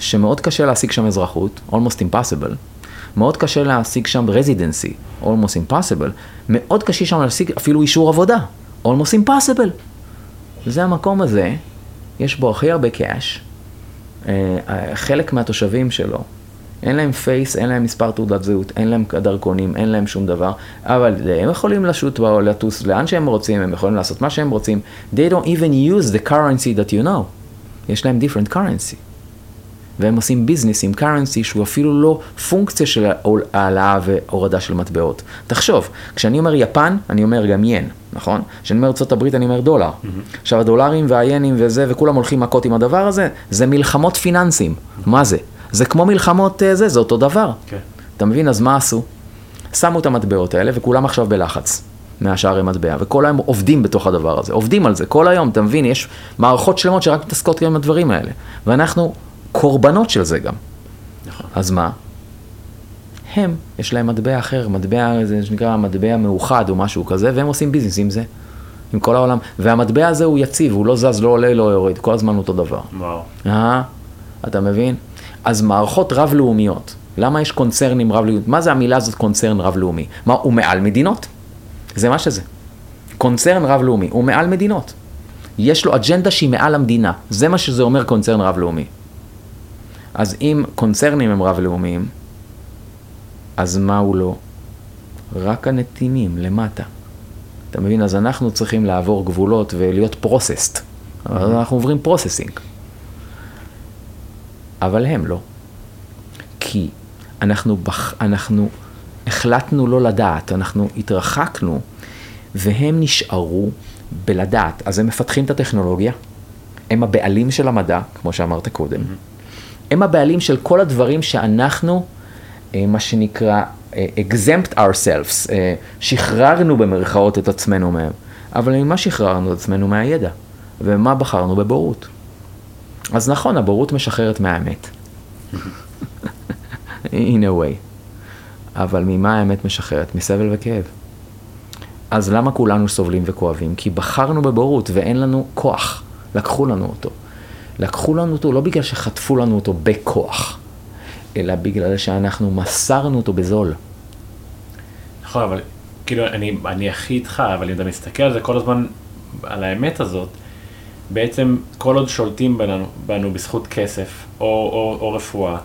שמאוד קשה להשיג שם אזרחות, almost impossible, מאוד קשה להשיג שם residency, almost impossible, מאוד קשה שם להשיג אפילו אישור עבודה, almost impossible. וזה המקום הזה, יש בו הכי הרבה קאש, חלק מהתושבים שלו, אין להם פייס, אין להם מספר תעודת זהות, אין להם דרכונים, אין להם שום דבר, אבל הם יכולים לשוט או לטוס לאן שהם רוצים, הם יכולים לעשות מה שהם רוצים. They don't even use the currency that you know. יש להם different currency. והם עושים ביזנס עם currency שהוא אפילו לא פונקציה של העלאה והורדה של מטבעות. תחשוב, כשאני אומר יפן, אני אומר גם ין, נכון? כשאני אומר ארצות הברית, אני אומר דולר. עכשיו הדולרים והיינים וזה, וכולם הולכים מכות עם הדבר הזה, זה מלחמות פיננסיים. מה זה? זה כמו מלחמות זה אותו דבר. אתה מבין? אז מה עשו? שמו את המטבעות האלה, וכולם עכשיו בלחץ מהשארי מטבע, וכל היום עובדים בתוך הדבר הזה, עובדים על זה כל היום, אתה מבין? יש מערכות שלמות שרק מתעסקות עם הדברים האלה, ואנחנו קורבנות של זה גם. אז מה? הם, יש להם מטבע אחר, מטבע, זה שנקרא מטבע מאוחד או משהו כזה, והם עושים ביזנס עם זה, עם כל העולם, והמטבע הזה הוא יציב, הוא לא זז, לא עולה, לא יורד, כל הזמן אותו דבר. וואו. אתה מבין? אז מערכות רב-לאומיות, למה יש קונצרנים רב-לאומיים? מה זה המילה הזאת קונצרן רב-לאומי? מה, הוא מעל מדינות? זה מה שזה. קונצרן רב-לאומי, הוא מעל מדינות. יש לו אג'נדה שהיא מעל המדינה. זה מה שזה אומר קונצרן רב-לאומי. אז אם קונצרנים הם רב-לאומיים, אז מה הוא לא? רק הנתינים למטה. אתה מבין? אז אנחנו צריכים לעבור גבולות ולהיות פרוססט. אז אנחנו עוברים פרוססינג. אבל הם לא. כי אנחנו החלטנו לא לדעת, אנחנו התרחקנו, והם נשארו בלדעת. אז הם מפתחים את הטכנולוגיה, הם הבעלים של המדע, כמו שאמרת קודם. הם הבעלים של כל הדברים שאנחנו, מה שנקרא, exempt ourselves, שחררנו במרכאות את עצמנו מהם. אבל ממה שחררנו את עצמנו מהידע? ומה בחרנו? בבורות. אז נכון, הבורות משחררת מהאמת. in a way. אבל ממה האמת משחררת? מסבל וכאב. אז למה כולנו סובלים וכואבים? כי בחרנו בבורות ואין לנו כוח. לקחו לנו אותו. לקחו לנו אותו לא בגלל שחטפו לנו אותו בכוח, אלא בגלל שאנחנו מסרנו אותו בזול. נכון, אבל כאילו אני הכי איתך, אבל אם אתה מסתכל על זה כל הזמן, על האמת הזאת, בעצם כל עוד שולטים בנו בזכות כסף או רפואה,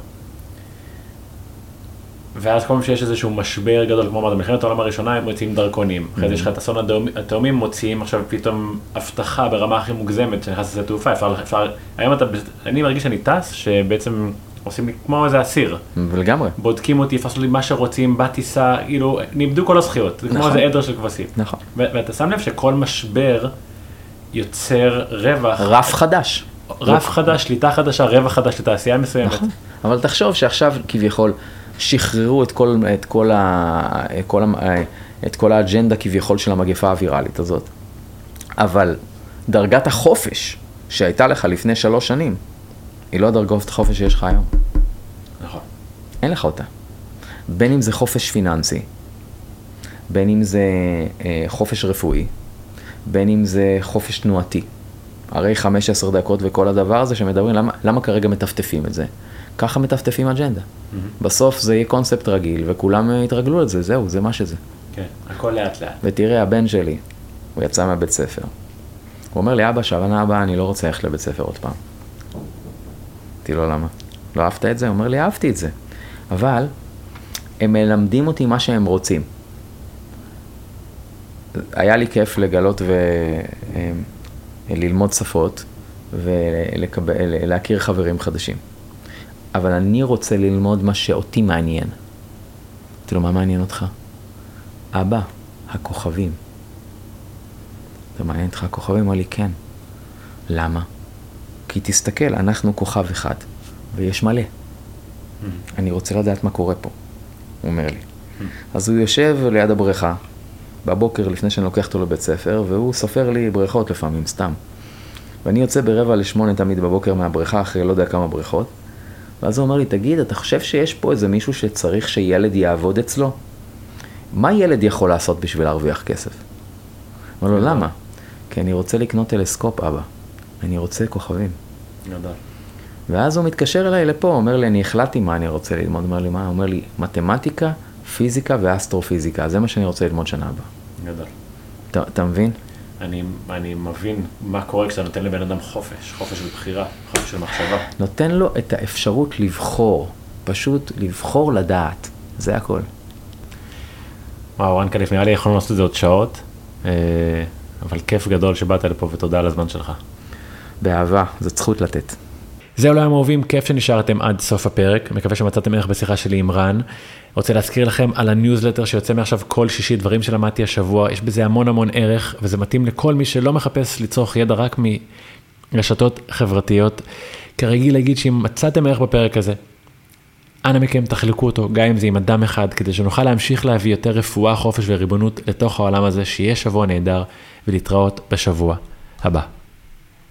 ואז כל פעם שיש איזשהו משבר גדול, כמו במלחמת העולם הראשונה, הם מוציאים דרכונים. אחרי זה יש לך את אסון התאומים, מוציאים עכשיו פתאום הבטחה ברמה הכי מוגזמת, שנכנס לזה תעופה. היום אני מרגיש שאני טס, שבעצם עושים לי כמו איזה אסיר. ולגמרי. בודקים אותי, יפסו לי מה שרוצים, בטיסה, כאילו, נאבדו כל הזכיות. זה כמו איזה עדר של כבשים. נכון. ואתה שם לב שכל משבר יוצר רווח. רף חדש. רף חדש, שליטה חדשה, רווח חדש לתעשייה מסוימת. נכון. אבל תחשוב שעכשיו כביכול שחררו את כל האג'נדה כביכול של המגפה הווירלית הזאת. אבל דרגת החופש שהייתה לך לפני 3 שנים, היא לא דרגת החופש שיש לך היום. נכון. אין לך אותה. בין אם זה חופש פיננסי, בין אם זה חופש רפואי, בין אם זה חופש תנועתי. הרי 15 דקות וכל הדבר הזה שמדברים, למה כרגע מטפטפים את זה? ככה מטפטפים אג'נדה. בסוף זה יהיה קונספט רגיל, וכולם יתרגלו את זה, זהו, זה מה שזה. כן, הכל לאט לאט. ותראה, הבן שלי, הוא יצא מהבית ספר. הוא אומר לי, אבא, שבנה הבאה, אני לא רוצה ללכת לבית ספר עוד פעם. אמרתי לו, למה? לא אהבת את זה? הוא אומר לי, אהבתי את זה. אבל הם מלמדים אותי מה שהם רוצים. היה לי כיף לגלות וללמוד שפות, ולהכיר חברים חדשים. אבל אני רוצה ללמוד מה שאותי מעניין. אמרתי לו, מה מעניין אותך? אבא, הכוכבים. אתה מעניין אותך הכוכבים? אמר לי, כן. למה? כי תסתכל, אנחנו כוכב אחד, ויש מלא. אני רוצה לדעת מה קורה פה, הוא אומר לי. אז הוא יושב ליד הבריכה, בבוקר לפני שאני לוקח אותו לבית ספר, והוא סופר לי בריכות לפעמים, סתם. ואני יוצא 7:45 תמיד בבוקר מהבריכה, אחרי לא יודע כמה בריכות, ואז הוא אומר לי, תגיד, אתה חושב שיש פה איזה מישהו שצריך שילד יעבוד אצלו? מה ילד יכול לעשות בשביל להרוויח כסף? אמר לו, למה? כי אני רוצה לקנות טלסקופ, אבא. אני רוצה כוכבים. גדול. ואז הוא מתקשר אליי לפה, אומר לי, אני החלטתי מה אני רוצה ללמוד. אומר לי, מה? הוא אומר לי, מתמטיקה, פיזיקה ואסטרופיזיקה. זה מה שאני רוצה ללמוד שנה הבאה. גדול. אתה מבין? אני מבין מה קורה כשאתה נותן לבן אדם חופש של בחירה, חופש של מחשבה. נותן לו את האפשרות לבחור, פשוט לבחור לדעת. זה הכל. וואו, רנקליף, נראה לי יכולנו לעשות את זה עוד שעות, אבל כיף גדול שבאת לפה ותודה על הזמן שלך. באהבה, זאת זכות לתת. זהו, לא אוהבים, כיף שנשארתם עד סוף הפרק, מקווה שמצאתם ערך בשיחה שלי עם רן. רוצה להזכיר לכם על הניוזלטר שיוצא מעכשיו כל שישי, דברים שלמדתי השבוע, יש בזה המון ערך, וזה מתאים לכל מי שלא מחפש לצורך ידע רק מרשתות חברתיות. כרגיל להגיד שאם מצאתם ערך בפרק הזה, אנא מכם תחלקו אותו, גם אם זה עם אדם אחד, כדי שנוכל להמשיך להביא יותר רפואה, חופש וריבונות לתוך העולם הזה, שיהיה שבוע נהדר, ולהתראות בשבוע הבא.